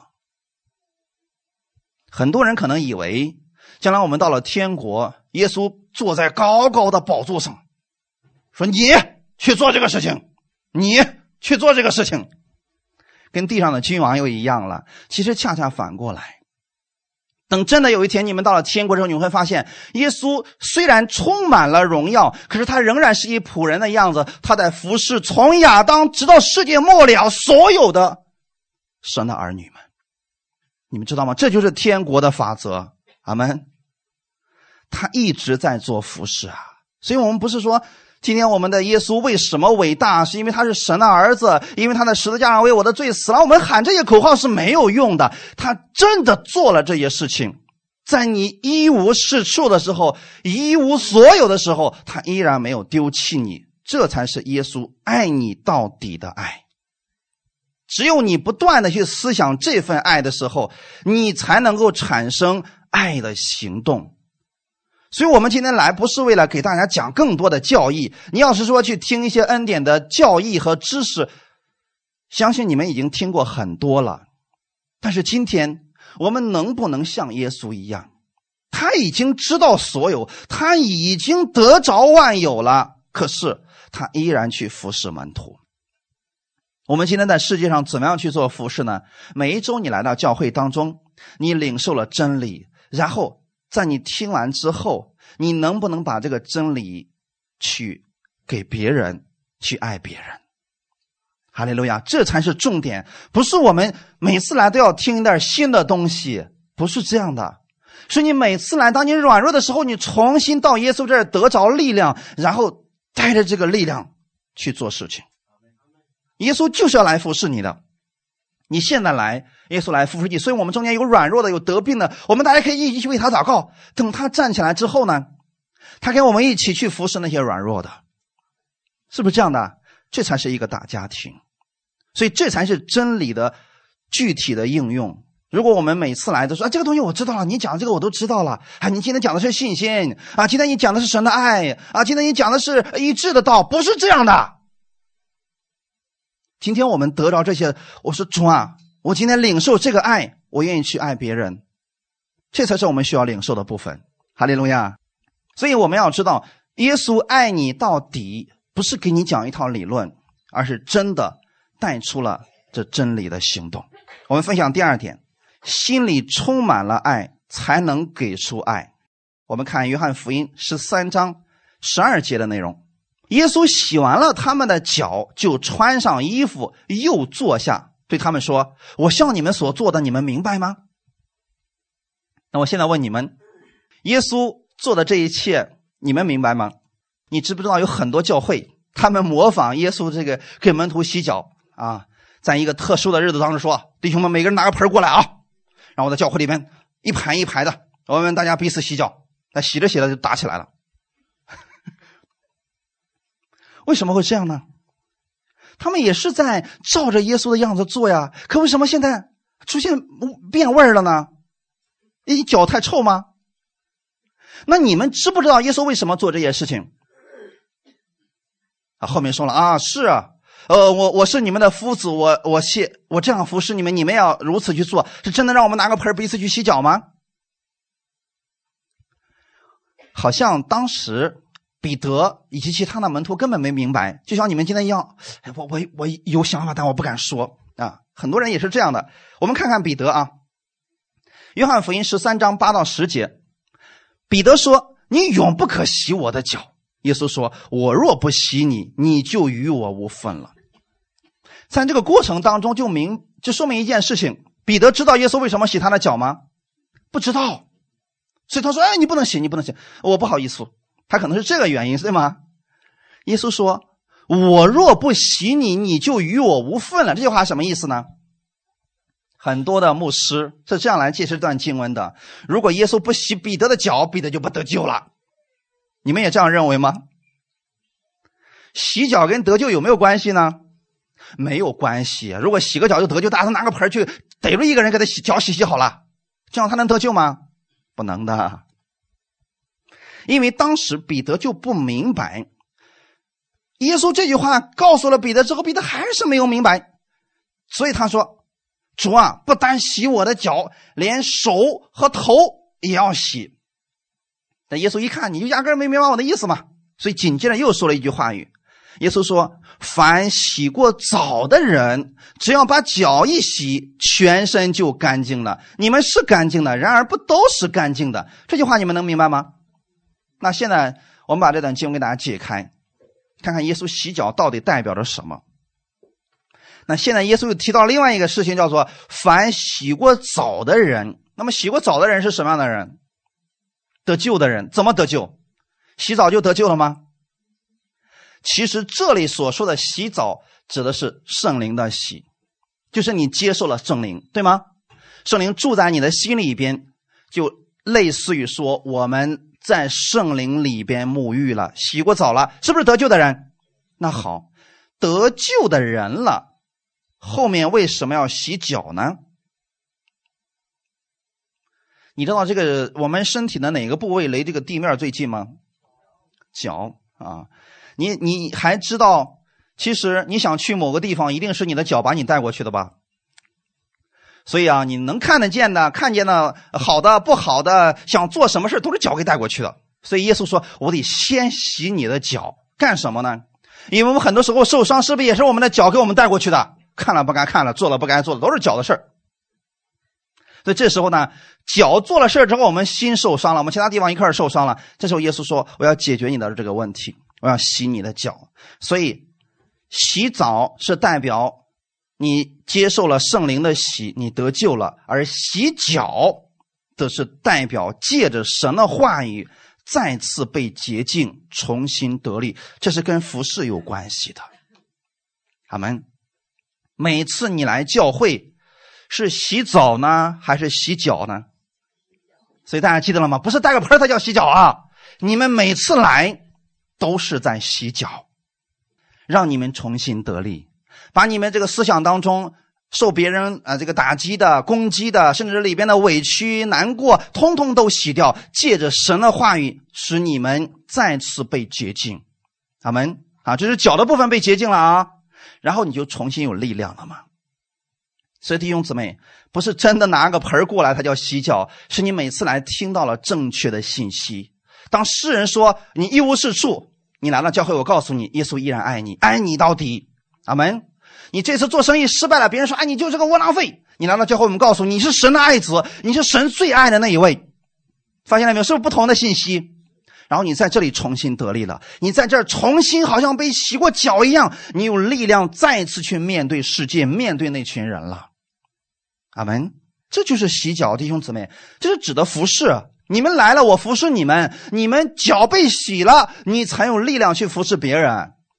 很多人可能以为将来我们到了天国，耶稣坐在高高的宝座上，说你去做这个事情，你去做这个事情，跟地上的君王又一样了。其实恰恰反过来，等真的有一天你们到了天国之后，你会发现耶稣虽然充满了荣耀，可是他仍然是一仆人的样子，他在服侍从亚当直到世界末了所有的神的儿女们。你们知道吗？这就是天国的法则。阿们。他一直在做服侍啊，所以我们不是说今天我们的耶稣为什么伟大，是因为他是神的儿子，因为他在十字架上为我的罪死了，我们喊这些口号是没有用的。他真的做了这些事情，在你一无是处的时候，一无所有的时候，他依然没有丢弃你，这才是耶稣爱你到底的爱。只有你不断的去思想这份爱的时候，你才能够产生爱的行动。所以我们今天来不是为了给大家讲更多的教义，你要是说去听一些恩典的教义和知识，相信你们已经听过很多了。但是今天我们能不能像耶稣一样，他已经知道所有，他已经得着万有了，可是他依然去服侍门徒。我们今天在世界上怎么样去做服侍呢？每一周你来到教会当中，你领受了真理，然后在你听完之后，你能不能把这个真理去给别人，去爱别人？哈利路亚，这才是重点。不是我们每次来都要听一点新的东西，不是这样的。是你每次来，当你软弱的时候，你重新到耶稣这儿得着力量，然后带着这个力量去做事情。耶稣就是要来服侍你的，你现在来，耶稣来服侍你。所以我们中间有软弱的，有得病的，我们大家可以一起为他祷告。等他站起来之后呢，他跟我们一起去服侍那些软弱的，是不是这样的？这才是一个大家庭。所以这才是真理的具体的应用。如果我们每次来都说啊，这个东西我知道了，你讲这个我都知道了啊，你今天讲的是信心啊，今天你讲的是神的爱啊，今天你讲的是医治的道，不是这样的。今天我们得着这些，我说主啊，我今天领受这个爱，我愿意去爱别人，这才是我们需要领受的部分。哈利路亚。所以我们要知道，耶稣爱你到底，不是给你讲一套理论，而是真的带出了这真理的行动。我们分享第二点，心里充满了爱，才能给出爱。我们看约翰福音十三章十二节的内容。耶稣洗完了他们的脚，就穿上衣服，又坐下，对他们说，我向你们所做的，你们明白吗？那我现在问你们，耶稣做的这一切，你们明白吗？你知不知道有很多教会，他他们模仿耶稣这个给门徒洗脚啊，在一个特殊的日子当中说，弟兄们每个人拿个盆过来啊，然后在教会里面一排一排的，我们大家彼此洗脚，那洗着洗着就打起来了。为什么会这样呢？他们也是在照着耶稣的样子做呀，可为什么现在出现变味了呢？你脚太臭吗？那你们知不知道耶稣为什么做这些事情啊？后面说了啊，是啊，呃，我我是你们的夫子，我我谢我这样服侍你们，你们要如此去做，是真的让我们拿个盆彼此去洗脚吗？好像当时彼得以及其他的门徒根本没明白，就像你们今天一样，哎，我我我有想法，但我不敢说啊。很多人也是这样的。我们看看彼得啊，约翰福音十三章八到十节，彼得说：“你永不可洗我的脚。”耶稣说：“我若不洗你，你就与我无分了。”在这个过程当中就明就说明一件事情，彼得知道耶稣为什么洗他的脚吗？不知道，所以他说：“哎，你不能洗，你不能洗，我不好意思。”他可能是这个原因，对吗？耶稣说：“我若不洗你，你就与我无分了。”这句话什么意思呢？很多的牧师是这样来解释这段经文的：如果耶稣不洗彼得的脚，彼得就不得救了。你们也这样认为吗？洗脚跟得救有没有关系呢？没有关系。如果洗个脚就得救，大家拿个盆去逮住一个人给他洗脚洗洗好了，这样他能得救吗？不能的。因为当时彼得就不明白，耶稣这句话告诉了彼得之后，彼得还是没有明白，所以他说：“主啊，不单洗我的脚，连手和头也要洗。”但耶稣一看，你就压根没明白我的意思嘛，所以紧接着又说了一句话语。耶稣说：“凡洗过澡的人，只要把脚一洗，全身就干净了。你们是干净的，然而不都是干净的。”这句话你们能明白吗？那现在我们把这段经文给大家解开，看看耶稣洗脚到底代表着什么。那现在耶稣又提到另外一个事情，叫做凡洗过澡的人。那么洗过澡的人是什么样的人？得救的人。怎么得救？洗澡就得救了吗？其实这里所说的洗澡指的是圣灵的洗，就是你接受了圣灵，对吗？圣灵住在你的心里边，就类似于说我们在圣灵里边沐浴了，洗过澡了，是不是得救的人？那好，得救的人了，后面为什么要洗脚呢？你知道这个我们身体的哪个部位离这个地面最近吗？脚啊！你你还知道，其实你想去某个地方，一定是你的脚把你带过去的吧？所以啊，你能看得见的、看见的好的、不好的，想做什么事都是脚给带过去的。所以耶稣说：“我得先洗你的脚，干什么呢？因为我们很多时候受伤，是不是也是我们的脚给我们带过去的？看了不该看了，做了不该做的，都是脚的事儿。所以这时候呢，脚做了事儿之后，我们心受伤了，我们其他地方一块儿受伤了。这时候耶稣说：我要解决你的这个问题，我要洗你的脚。所以洗澡是代表你接受了圣灵的洗，你得救了，而洗脚则是代表借着神的话语再次被洁净，重新得力，这是跟服事有关系的。阿们。每次你来教会是洗澡呢还是洗脚呢？所以大家记得了吗？不是带个盆才叫洗脚啊，你们每次来都是在洗脚，让你们重新得力，把你们这个思想当中受别人啊、呃、这个打击的、攻击的，甚至里边的委屈、难过，通通都洗掉，借着神的话语使你们再次被洁净。阿们啊，这是脚的部分被洁净了啊，然后你就重新有力量了嘛。所以弟兄姊妹，不是真的拿个盆过来它叫洗脚，是你每次来听到了正确的信息。当世人说你一无是处，你来到教会，我告诉你，耶稣依然爱你，爱你到底。阿们。你这次做生意失败了，别人说哎，你就是个窝囊废，你来到教会，我们告诉你，你是神的爱子，你是神最爱的那一位。发现了没有？是不是不同的信息？然后你在这里重新得力了，你在这儿重新好像被洗过脚一样，你有力量再次去面对世界，面对那群人了。阿们。这就是洗脚，弟兄姊妹，这是指的服侍。你们来了，我服侍你们，你们脚被洗了，你才有力量去服侍别人。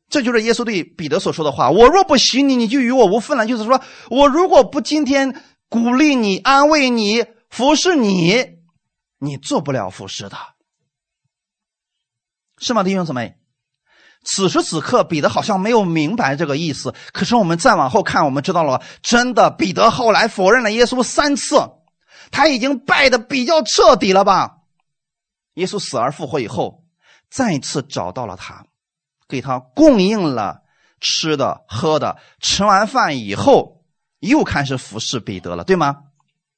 这就是耶稣对彼得所说的话，我若不洗你，你就与我无分了。就是说，我如果不今天鼓励你、安慰你、服侍你，你做不了服侍的，是吗，弟兄姊妹？此时此刻彼得好像没有明白这个意思，可是我们再往后看，我们知道了，真的彼得后来否认了耶稣三次，他已经败得比较彻底了吧。耶稣死而复活以后，再次找到了他，给他供应了吃的喝的，吃完饭以后又开始服侍彼得了，对吗？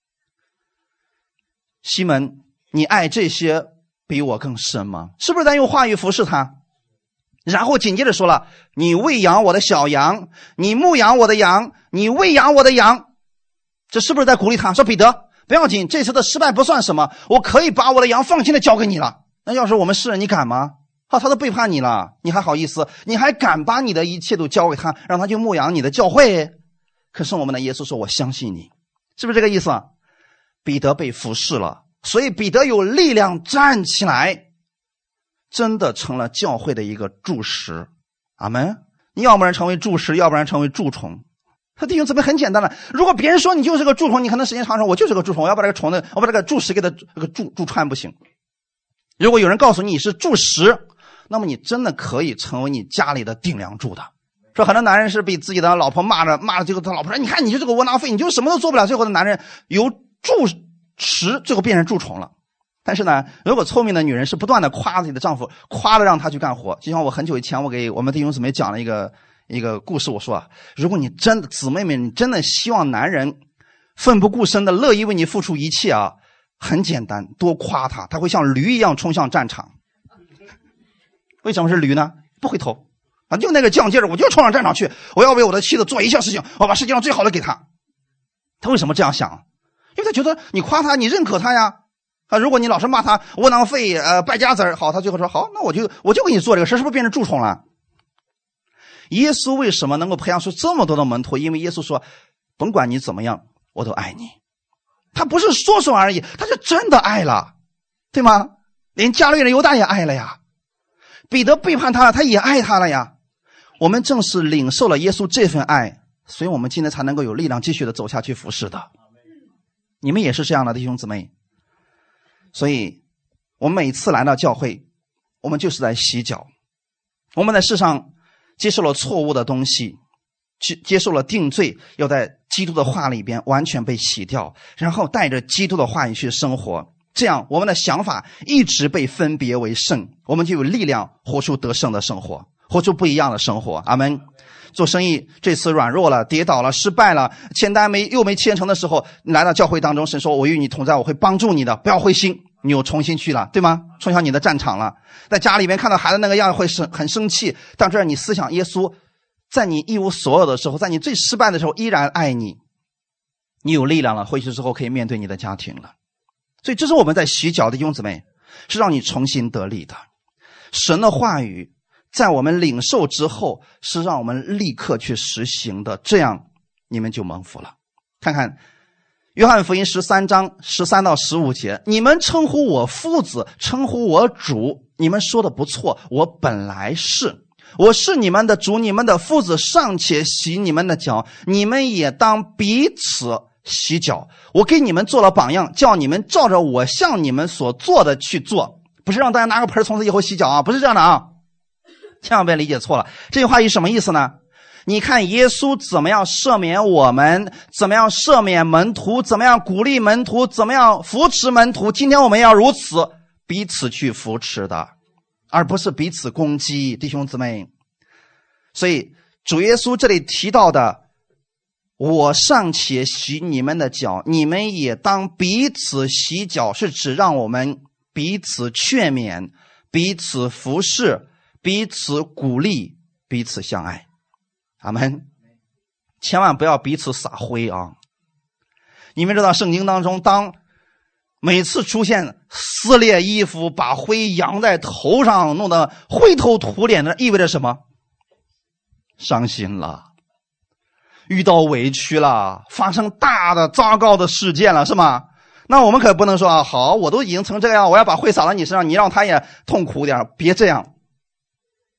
西门，你爱这些比我更深吗？是不是在用话语服侍他？然后紧接着说了，你喂养我的小羊，你牧养我的羊，你喂养我的羊。这是不是在鼓励他？说彼得不要紧，这次的失败不算什么，我可以把我的羊放心的交给你了。那要是我们世人，你敢吗？啊，他都背叛你了，你还好意思？你还敢把你的一切都交给他，让他去牧养你的教会？可是我们的耶稣说，我相信你，是不是这个意思？彼得被服侍了，所以彼得有力量站起来，真的成了教会的一个柱石。阿们。你要不然成为柱石，要不然成为蛀虫。他弟兄姊妹，很简单了，如果别人说你就是个蛀虫，你可能时间长说我就是个蛀虫，我要把这个虫子，我把这个柱石给它这个蛀蛀穿不行。如果有人告诉你你是柱石，那么你真的可以成为你家里的顶梁柱的。说很多男人是被自己的老婆骂着骂着，最后他老婆说，你看你就是个窝囊废，你就什么都做不了，最后的男人由柱石最后变成蛀虫了。但是呢，如果聪明的女人是不断的夸自己的丈夫，夸着让他去干活。就像我很久以前我给我们弟兄姊妹讲了一个一个故事，我说啊，如果你真的姊妹们，你真的希望男人奋不顾身的乐意为你付出一切啊，很简单，多夸他，他会像驴一样冲向战场。为什么是驴呢？不回头啊，就那个犟劲儿，我就冲上战场去，我要为我的妻子做一切事情，我把世界上最好的给他。他为什么这样想？因为他觉得你夸他，你认可他呀。啊，如果你老是骂他窝囊废，呃，败家子儿，好，他最后说好，那我就我就给你做这个事，是不是变成蛀虫了？耶稣为什么能够培养出这么多的门徒？因为耶稣说，甭管你怎么样，我都爱你。他不是说说而已，他是真的爱了，对吗？连加略人犹大也爱了呀，彼得背叛他了，他也爱他了呀。我们正是领受了耶稣这份爱，所以我们今天才能够有力量继续的走下去服侍的。你们也是这样的，弟兄姊妹。所以我们每次来到教会，我们就是在洗脚。我们在世上接受了错误的东西，接受了定罪，要在基督的话里边完全被洗掉，然后带着基督的话语去生活，这样我们的想法一直被分别为圣，我们就有力量活出得胜的生活，活出不一样的生活。阿们。做生意这次软弱了，跌倒了，失败了，签单没又没签成的时候，你来到教会当中，神说我与你同在，我会帮助你的，不要灰心，你又重新去了，对吗？冲向你的战场了。在家里面看到孩子那个样会生很生气，但这你思想耶稣在你一无所有的时候，在你最失败的时候依然爱你，你有力量了，回去之后可以面对你的家庭了。所以这是我们在洗脚的弟兄姊妹，是让你重新得力的。神的话语在我们领受之后，是让我们立刻去实行的，这样你们就蒙福了。看看约翰福音十三章十三到十五节，你们称呼我父子，称呼我主，你们说的不错，我本来是，我是你们的主，你们的父子尚且洗你们的脚，你们也当彼此洗脚。我给你们做了榜样，叫你们照着我向你们所做的去做，不是让大家拿个盆从此以后洗脚啊，不是这样的啊，千万不要理解错了。这句话是什么意思呢？你看耶稣怎么样赦免我们，怎么样赦免门徒，怎么样鼓励门徒，怎么样扶持门徒，今天我们要如此彼此去扶持的，而不是彼此攻击，弟兄姊妹。所以主耶稣这里提到的我尚且洗你们的脚，你们也当彼此洗脚，是指让我们彼此劝勉，彼此服侍，彼此鼓励，彼此相爱。阿们。千万不要彼此撒灰啊！你们知道圣经当中，当每次出现撕裂衣服，把灰扬在头上，弄得灰头土脸的，意味着什么？伤心了，遇到委屈了，发生大的糟糕的事件了，是吗？那我们可不能说啊，好，我都已经成这样，我要把灰撒到你身上，你让他也痛苦点，别这样。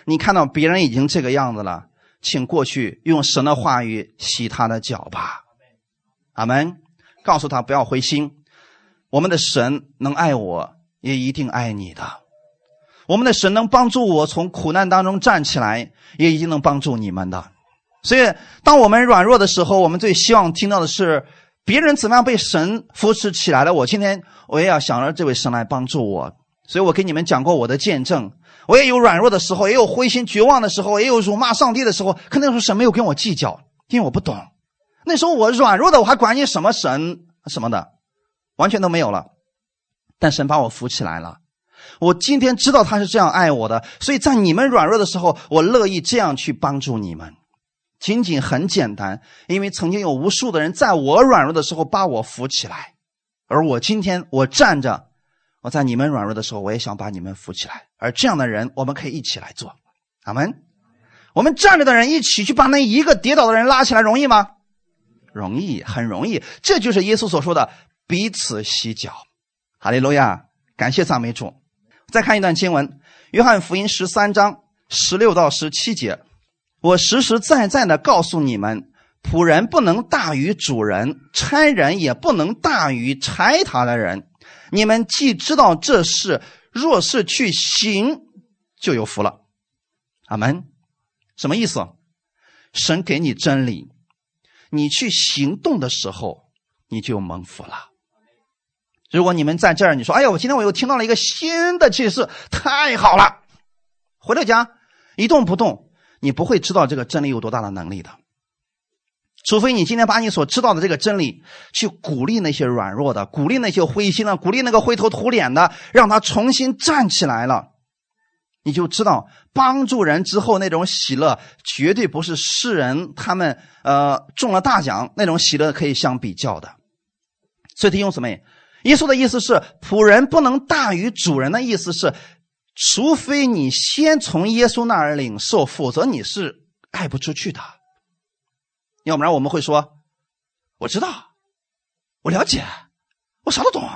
你看到别人已经这个样子了，请过去用神的话语洗他的脚吧。阿们。告诉他不要灰心，我们的神能爱我，也一定爱你的。我们的神能帮助我从苦难当中站起来，也一定能帮助你们的。所以当我们软弱的时候，我们最希望听到的是别人怎么样被神扶持起来了，我今天我也要想着这位神来帮助我。所以我给你们讲过我的见证，我也有软弱的时候，也有灰心绝望的时候，也有辱骂上帝的时候，可那时候神没有跟我计较，因为我不懂。那时候我软弱的，我还管你什么神什么的，完全都没有了。但神把我扶起来了，我今天知道他是这样爱我的，所以在你们软弱的时候，我乐意这样去帮助你们。仅仅很简单，因为曾经有无数的人在我软弱的时候把我扶起来，而我今天我站着，我在你们软弱的时候，我也想把你们扶起来。而这样的人我们可以一起来做。阿们。我们站着的人一起去把那一个跌倒的人拉起来，容易吗？容易，很容易。这就是耶稣所说的彼此洗脚。哈利路亚，感谢赞美主。再看一段经文，约翰福音十三章十六到十七节。我实实在在的告诉你们，仆人不能大于主人，差人也不能大于差他的人。你们既知道这事，若是去行，就有福了。阿们。什么意思？神给你真理，你去行动的时候，你就蒙福了。如果你们在这儿，你说哎呀，我今天我又听到了一个新的启示，太好了，回到家一动不动，你不会知道这个真理有多大的能力的。除非你今天把你所知道的这个真理去鼓励那些软弱的，鼓励那些灰心的，鼓励那个灰头土脸的，让他重新站起来了，你就知道帮助人之后那种喜乐绝对不是世人他们呃中了大奖那种喜乐可以相比较的。所以弟兄姊妹，耶稣的意思是仆人不能大于主人的意思是，除非你先从耶稣那儿领受，否则你是爱不出去的。要不然我们会说我知道，我了解，我啥都懂。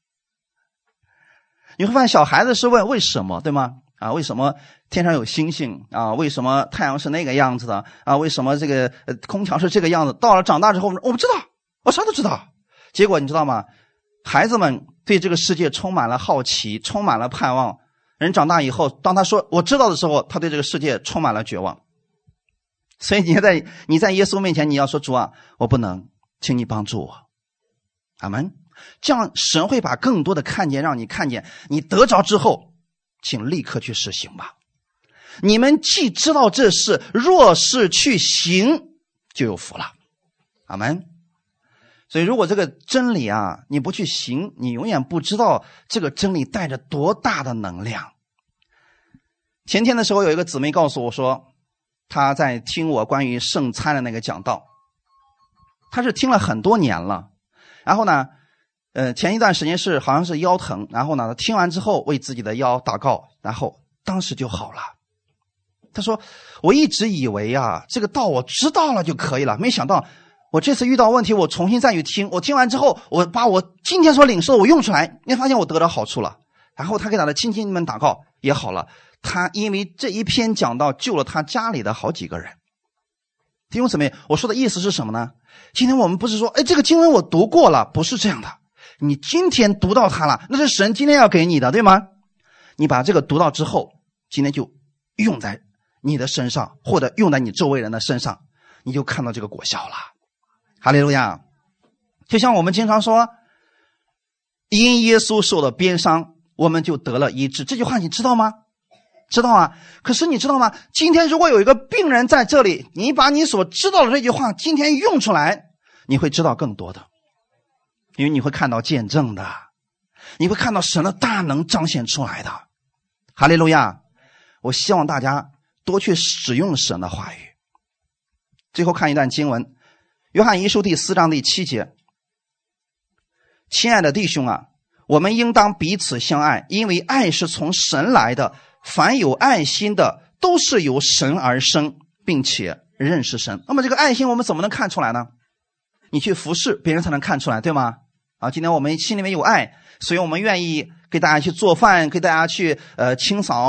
你会发现小孩子是问为什么，对吗？啊，为什么天上有星星啊？为什么太阳是那个样子的啊？为什么这个、呃、空调是这个样子？到了长大之后，我们知道，我啥都知道。结果你知道吗？孩子们对这个世界充满了好奇，充满了盼望。人长大以后，当他说我知道的时候，他对这个世界充满了绝望。所以你在你在耶稣面前，你要说主啊，我不能，请你帮助我。阿们。这样神会把更多的看见让你看见，你得着之后，请立刻去实行吧。你们既知道这事，若是去行，就有福了。阿们。所以如果这个真理啊，你不去行，你永远不知道这个真理带着多大的能量。前天的时候有一个姊妹告诉我说，她在听我关于圣餐的那个讲道，她是听了很多年了，然后呢呃，前一段时间是好像是腰疼，然后呢听完之后为自己的腰祷告，然后当时就好了。她说我一直以为啊这个道我知道了就可以了，没想到我这次遇到问题，我重新再去听，我听完之后，我把我今天所领受的我用出来，你发现我得到好处了。然后他给他的亲戚们祷告也好了，他因为这一篇讲道救了他家里的好几个人。弟兄姊妹，我说的意思是什么呢？今天我们不是说哎，这个经文我读过了，不是这样的。你今天读到它了，那是神今天要给你的，对吗？你把这个读到之后，今天就用在你的身上，或者用在你周围人的身上，你就看到这个果效了。哈利路亚。就像我们经常说，因耶稣受了鞭伤，我们就得了医治，这句话你知道吗？知道啊。可是你知道吗？今天如果有一个病人在这里，你把你所知道的这句话今天用出来，你会知道更多的，因为你会看到见证的，你会看到神的大能彰显出来的。哈利路亚。我希望大家多去使用神的话语。最后看一段经文，约翰一书第四章第七节，亲爱的弟兄啊，我们应当彼此相爱，因为爱是从神来的，凡有爱心的都是由神而生，并且认识神。那么这个爱心我们怎么能看出来呢？你去服侍别人才能看出来，对吗？啊，今天我们心里面有爱，所以我们愿意给大家去做饭，给大家去呃清扫，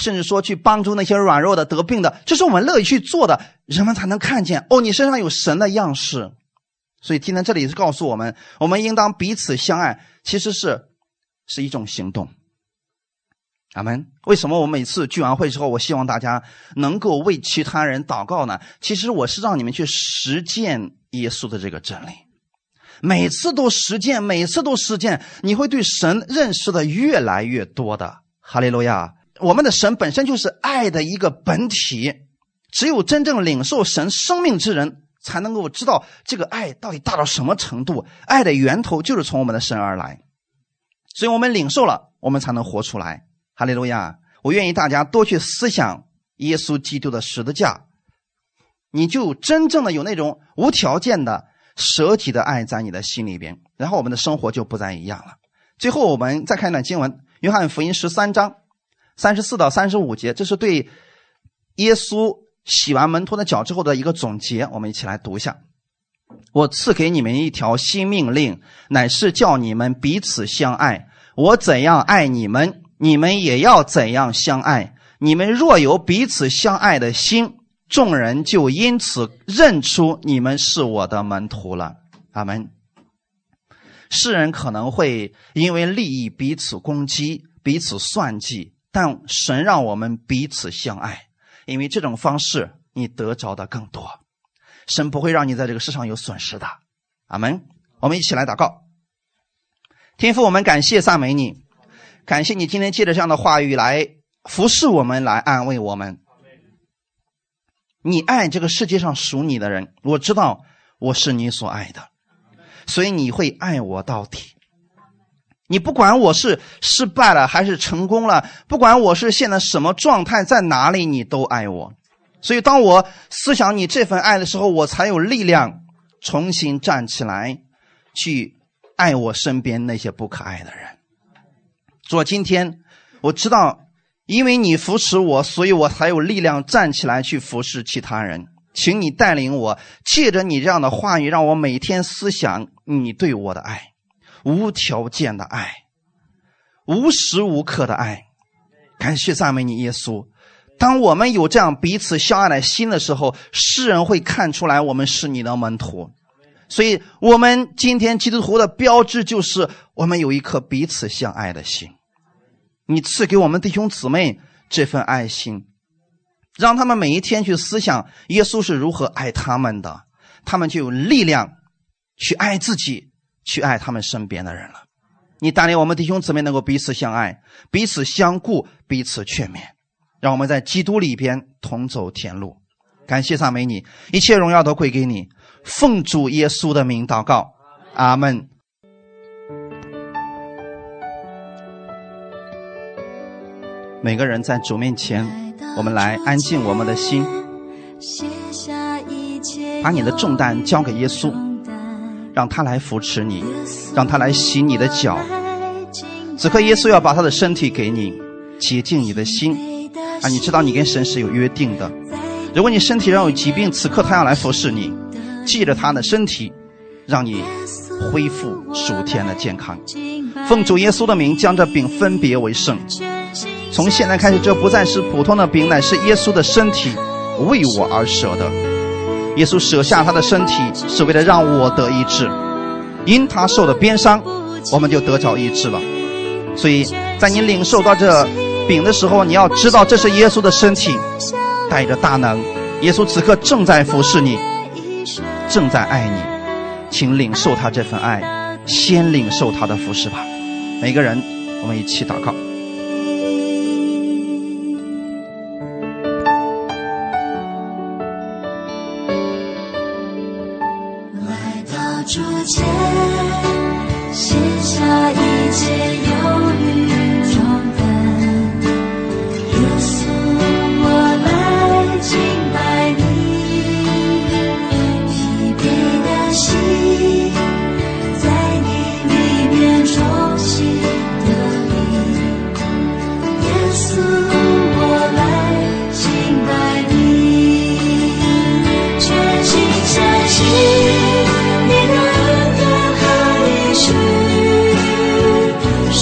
甚至说去帮助那些软弱的得病的，这是我们乐意去做的，人们才能看见哦，你身上有神的样式。所以今天这里是告诉我们，我们应当彼此相爱，其实是是一种行动。阿们。为什么我每次聚完会之后，我希望大家能够为其他人祷告呢？其实我是让你们去实践耶稣的这个真理，每次都实践，每次都实践，你会对神认识的越来越多的。哈利路亚！我们的神本身就是爱的一个本体，只有真正领受神生命之人才能够知道这个爱到底大到什么程度，爱的源头就是从我们的神而来，所以我们领受了，我们才能活出来。哈利路亚！我愿意大家多去思想耶稣基督的十字架，你就真正的有那种无条件的舍己的爱在你的心里边，然后我们的生活就不再一样了。最后我们再看一段经文，约翰福音十三章三十四到三十五节，这是对耶稣洗完门徒的脚之后的一个总结，我们一起来读一下。我赐给你们一条新命令，乃是叫你们彼此相爱。我怎样爱你们，你们也要怎样相爱。你们若有彼此相爱的心，众人就因此认出你们是我的门徒了。阿们。世人可能会因为利益彼此攻击，彼此算计，但神让我们彼此相爱，因为这种方式你得着的更多，神不会让你在这个世上有损失的。阿们。我们一起来祷告。天父，我们感谢赞美你，感谢你今天借着这样的话语来服侍我们，来安慰我们。你爱这个世界上属你的人，我知道我是你所爱的，所以你会爱我到底。你不管我是失败了还是成功了，不管我是现在什么状态，在哪里，你都爱我。所以当我思想你这份爱的时候，我才有力量重新站起来去爱我身边那些不可爱的人。主，今天我知道因为你扶持我，所以我才有力量站起来去服侍其他人。请你带领我，借着你这样的话语，让我每天思想你对我的爱，无条件的爱，无时无刻的爱。感谢赞美你耶稣，当我们有这样彼此相爱的心的时候，世人会看出来我们是你的门徒。所以我们今天基督徒的标志就是我们有一颗彼此相爱的心。你赐给我们弟兄姊妹这份爱心，让他们每一天去思想耶稣是如何爱他们的，他们就有力量去爱自己，去爱他们身边的人了。你带领我们弟兄姊妹能够彼此相爱，彼此相顾，彼此劝勉，让我们在基督里边同走天路。感谢赞美你，一切荣耀都归给你，奉主耶稣的名祷告，阿们。每个人在主面前，我们来安静我们的心，把你的重担交给耶稣，让他来扶持你，让他来洗你的脚。此刻耶稣要把他的身体给你，洁净你的心啊！你知道你跟神是有约定的，如果你身体上有疾病，此刻他要来服侍你，记着他的身体，让你恢复属天的健康。奉主耶稣的名，将这饼分别为圣。从现在开始，这不再是普通的饼，乃是耶稣的身体，为我而舍的。耶稣舍下他的身体，是为了让我得医治，因他受的鞭伤，我们就得着医治了。所以在你领受到这饼的时候，你要知道这是耶稣的身体，带着大能。耶稣此刻正在服侍你，正在爱你，请领受他这份爱，先领受他的服侍吧。每个人我们一起祷告。 主前卸下一切忧虑重担，耶稣我来敬拜你，疲惫的心在你里面重新得力，耶稣我来敬拜你，全心全心你的恩典和应许，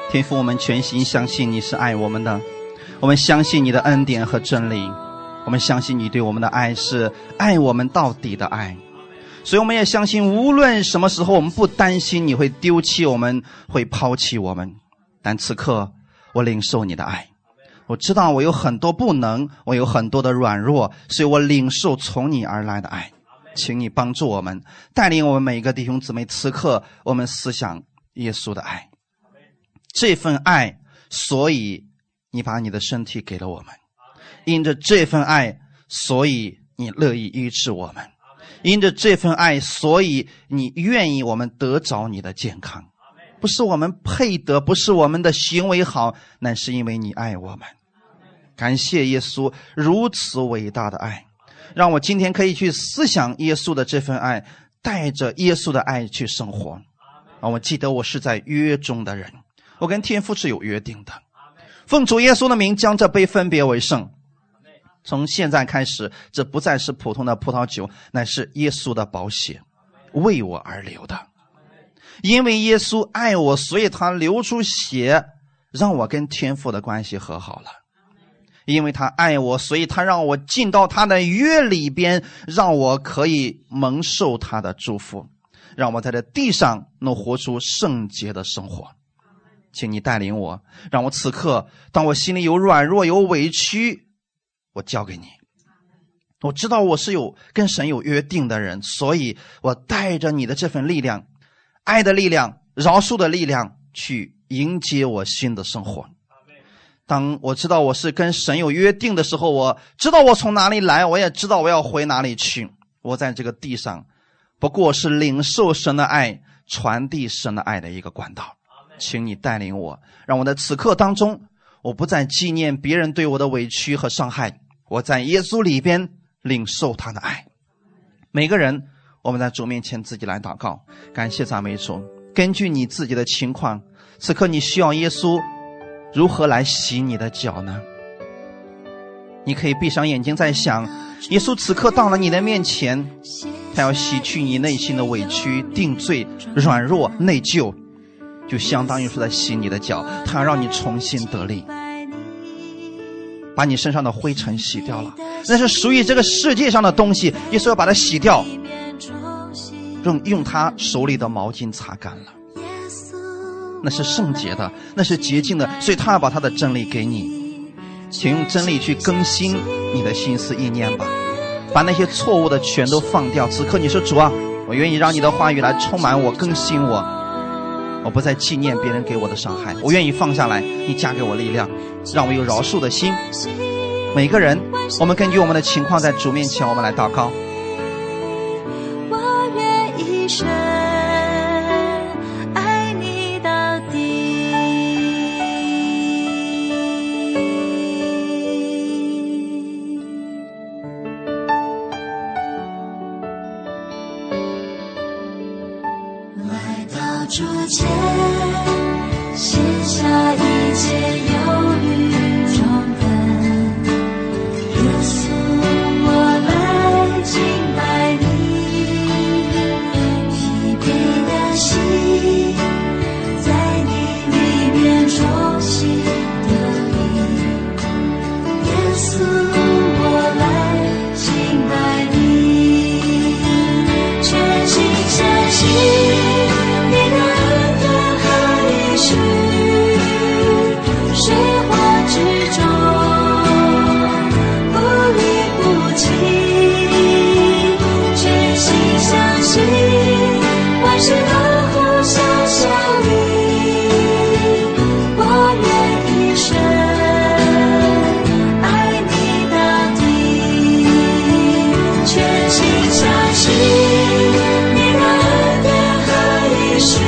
天父，我们全心相信你是爱我们的，我们相信你的恩典和真理，我们相信你对我们的爱是爱我们到底的爱，所以我们也相信无论什么时候我们不担心你会丢弃我们，会抛弃我们。但此刻我领受你的爱，我知道我有很多不能，我有很多的软弱，所以我领受从你而来的爱。请你帮助我们，带领我们每一个弟兄姊妹，此刻我们思想耶稣的爱，这份爱，所以你把你的身体给了我们，因着这份爱，所以你乐意医治我们，因着这份爱，所以你愿意我们得着你的健康。不是我们配得，不是我们的行为好，乃是因为你爱我们。感谢耶稣如此伟大的爱，让我今天可以去思想耶稣的这份爱，带着耶稣的爱去生活。让我记得我是在约中的人，我跟天父是有约定的，奉主耶稣的名将这杯分别为圣。从现在开始，这不再是普通的葡萄酒，乃是耶稣的宝血，为我而流的。因为耶稣爱我，所以他流出血，让我跟天父的关系和好了。因为他爱我，所以他让我进到他的约里边，让我可以蒙受他的祝福，让我在这地上能活出圣洁的生活。请你带领我，让我此刻当我心里有软弱有委屈，我交给你。我知道我是有跟神有约定的人，所以我带着你的这份力量，爱的力量，饶恕的力量，去迎接我新的生活。当我知道我是跟神有约定的时候，我知道我从哪里来，我也知道我要回哪里去。我在这个地上不过是领受神的爱，传递神的爱的一个管道。请你带领我，让我在此刻当中，我不再纪念别人对我的委屈和伤害，我在耶稣里边领受他的爱。每个人我们在主面前自己来祷告，感谢赞美主。根据你自己的情况，此刻你需要耶稣如何来洗你的脚呢？你可以闭上眼睛在想，耶稣此刻到了你的面前，他要洗去你内心的委屈、定罪、软弱、内疚，就相当于是在洗你的脚，他要让你重新得力，把你身上的灰尘洗掉了，那是属于这个世界上的东西，耶稣要把它洗掉，用用他手里的毛巾擦干了，那是圣洁的，那是洁净的，所以他要把他的真理给你。请用真理去更新你的心思意念吧，把那些错误的全都放掉。此刻你说，主啊，我愿意让你的话语来充满我，更新我，我不再纪念别人给我的伤害，我愿意放下来，你加给我力量，让我有饶恕的心。每个人我们根据我们的情况在主面前我们来祷告。 我愿一生爱你到底，来到主前卸下一切忧虑重担，耶稣我来敬拜你，疲惫的心在你里面重新得力，耶稣我来敬拜你，全心相信你的恩典和应许，水火之中不离不弃，全心相信万事都互相效力，我愿一生爱你到底，全心相信你的恩典和应许，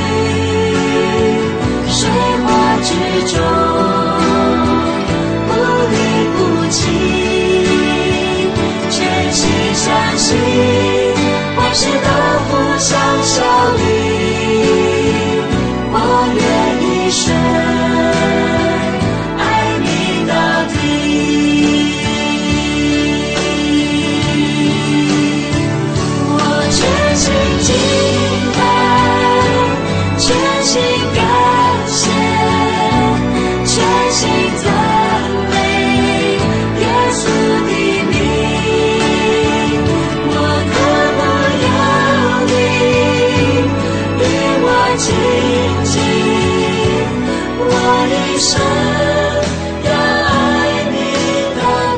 水火之中不离不弃，全心相信万事都互相效力，我愿一生爱你到底，我全心敬拜，全心感谢一生要爱你到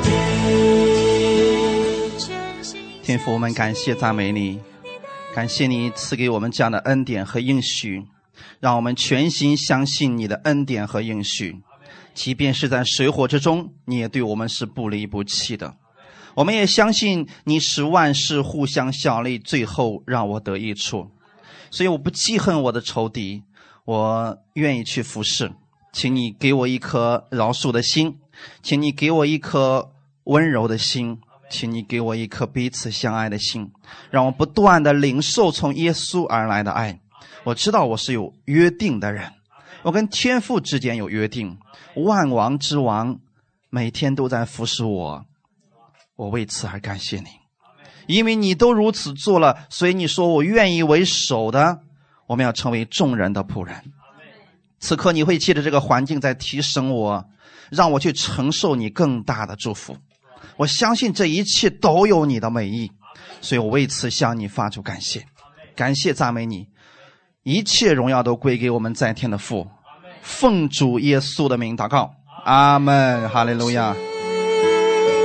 底。 天父，我们感谢赞美你，感谢你赐给我们这样的恩典和应许，让我们全心相信你的恩典和应许，即便是在水火之中，你也对我们是不离不弃的。我们也相信你使万事互相效力，最后让我得益处。所以我不记恨我的仇敌，我愿意去服侍。请你给我一颗饶恕的心，请你给我一颗温柔的心，请你给我一颗彼此相爱的心，让我不断的领受从耶稣而来的爱。我知道我是有约定的人，我跟天父之间有约定，万王之王每天都在服侍我，我为此而感谢你，因为你都如此做了，所以你说我愿意为首的，我们要成为众人的仆人。此刻你会借着这个环境在提升我，让我去承受你更大的祝福。我相信这一切都有你的美意，所以我为此向你发出感谢，感谢赞美你，一切荣耀都归给我们在天的父，奉主耶稣的名祷告，阿们，哈利路亚。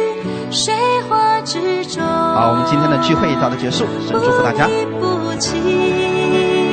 水火之中， 好，我们今天的聚会到此结束，神祝福大家。 不起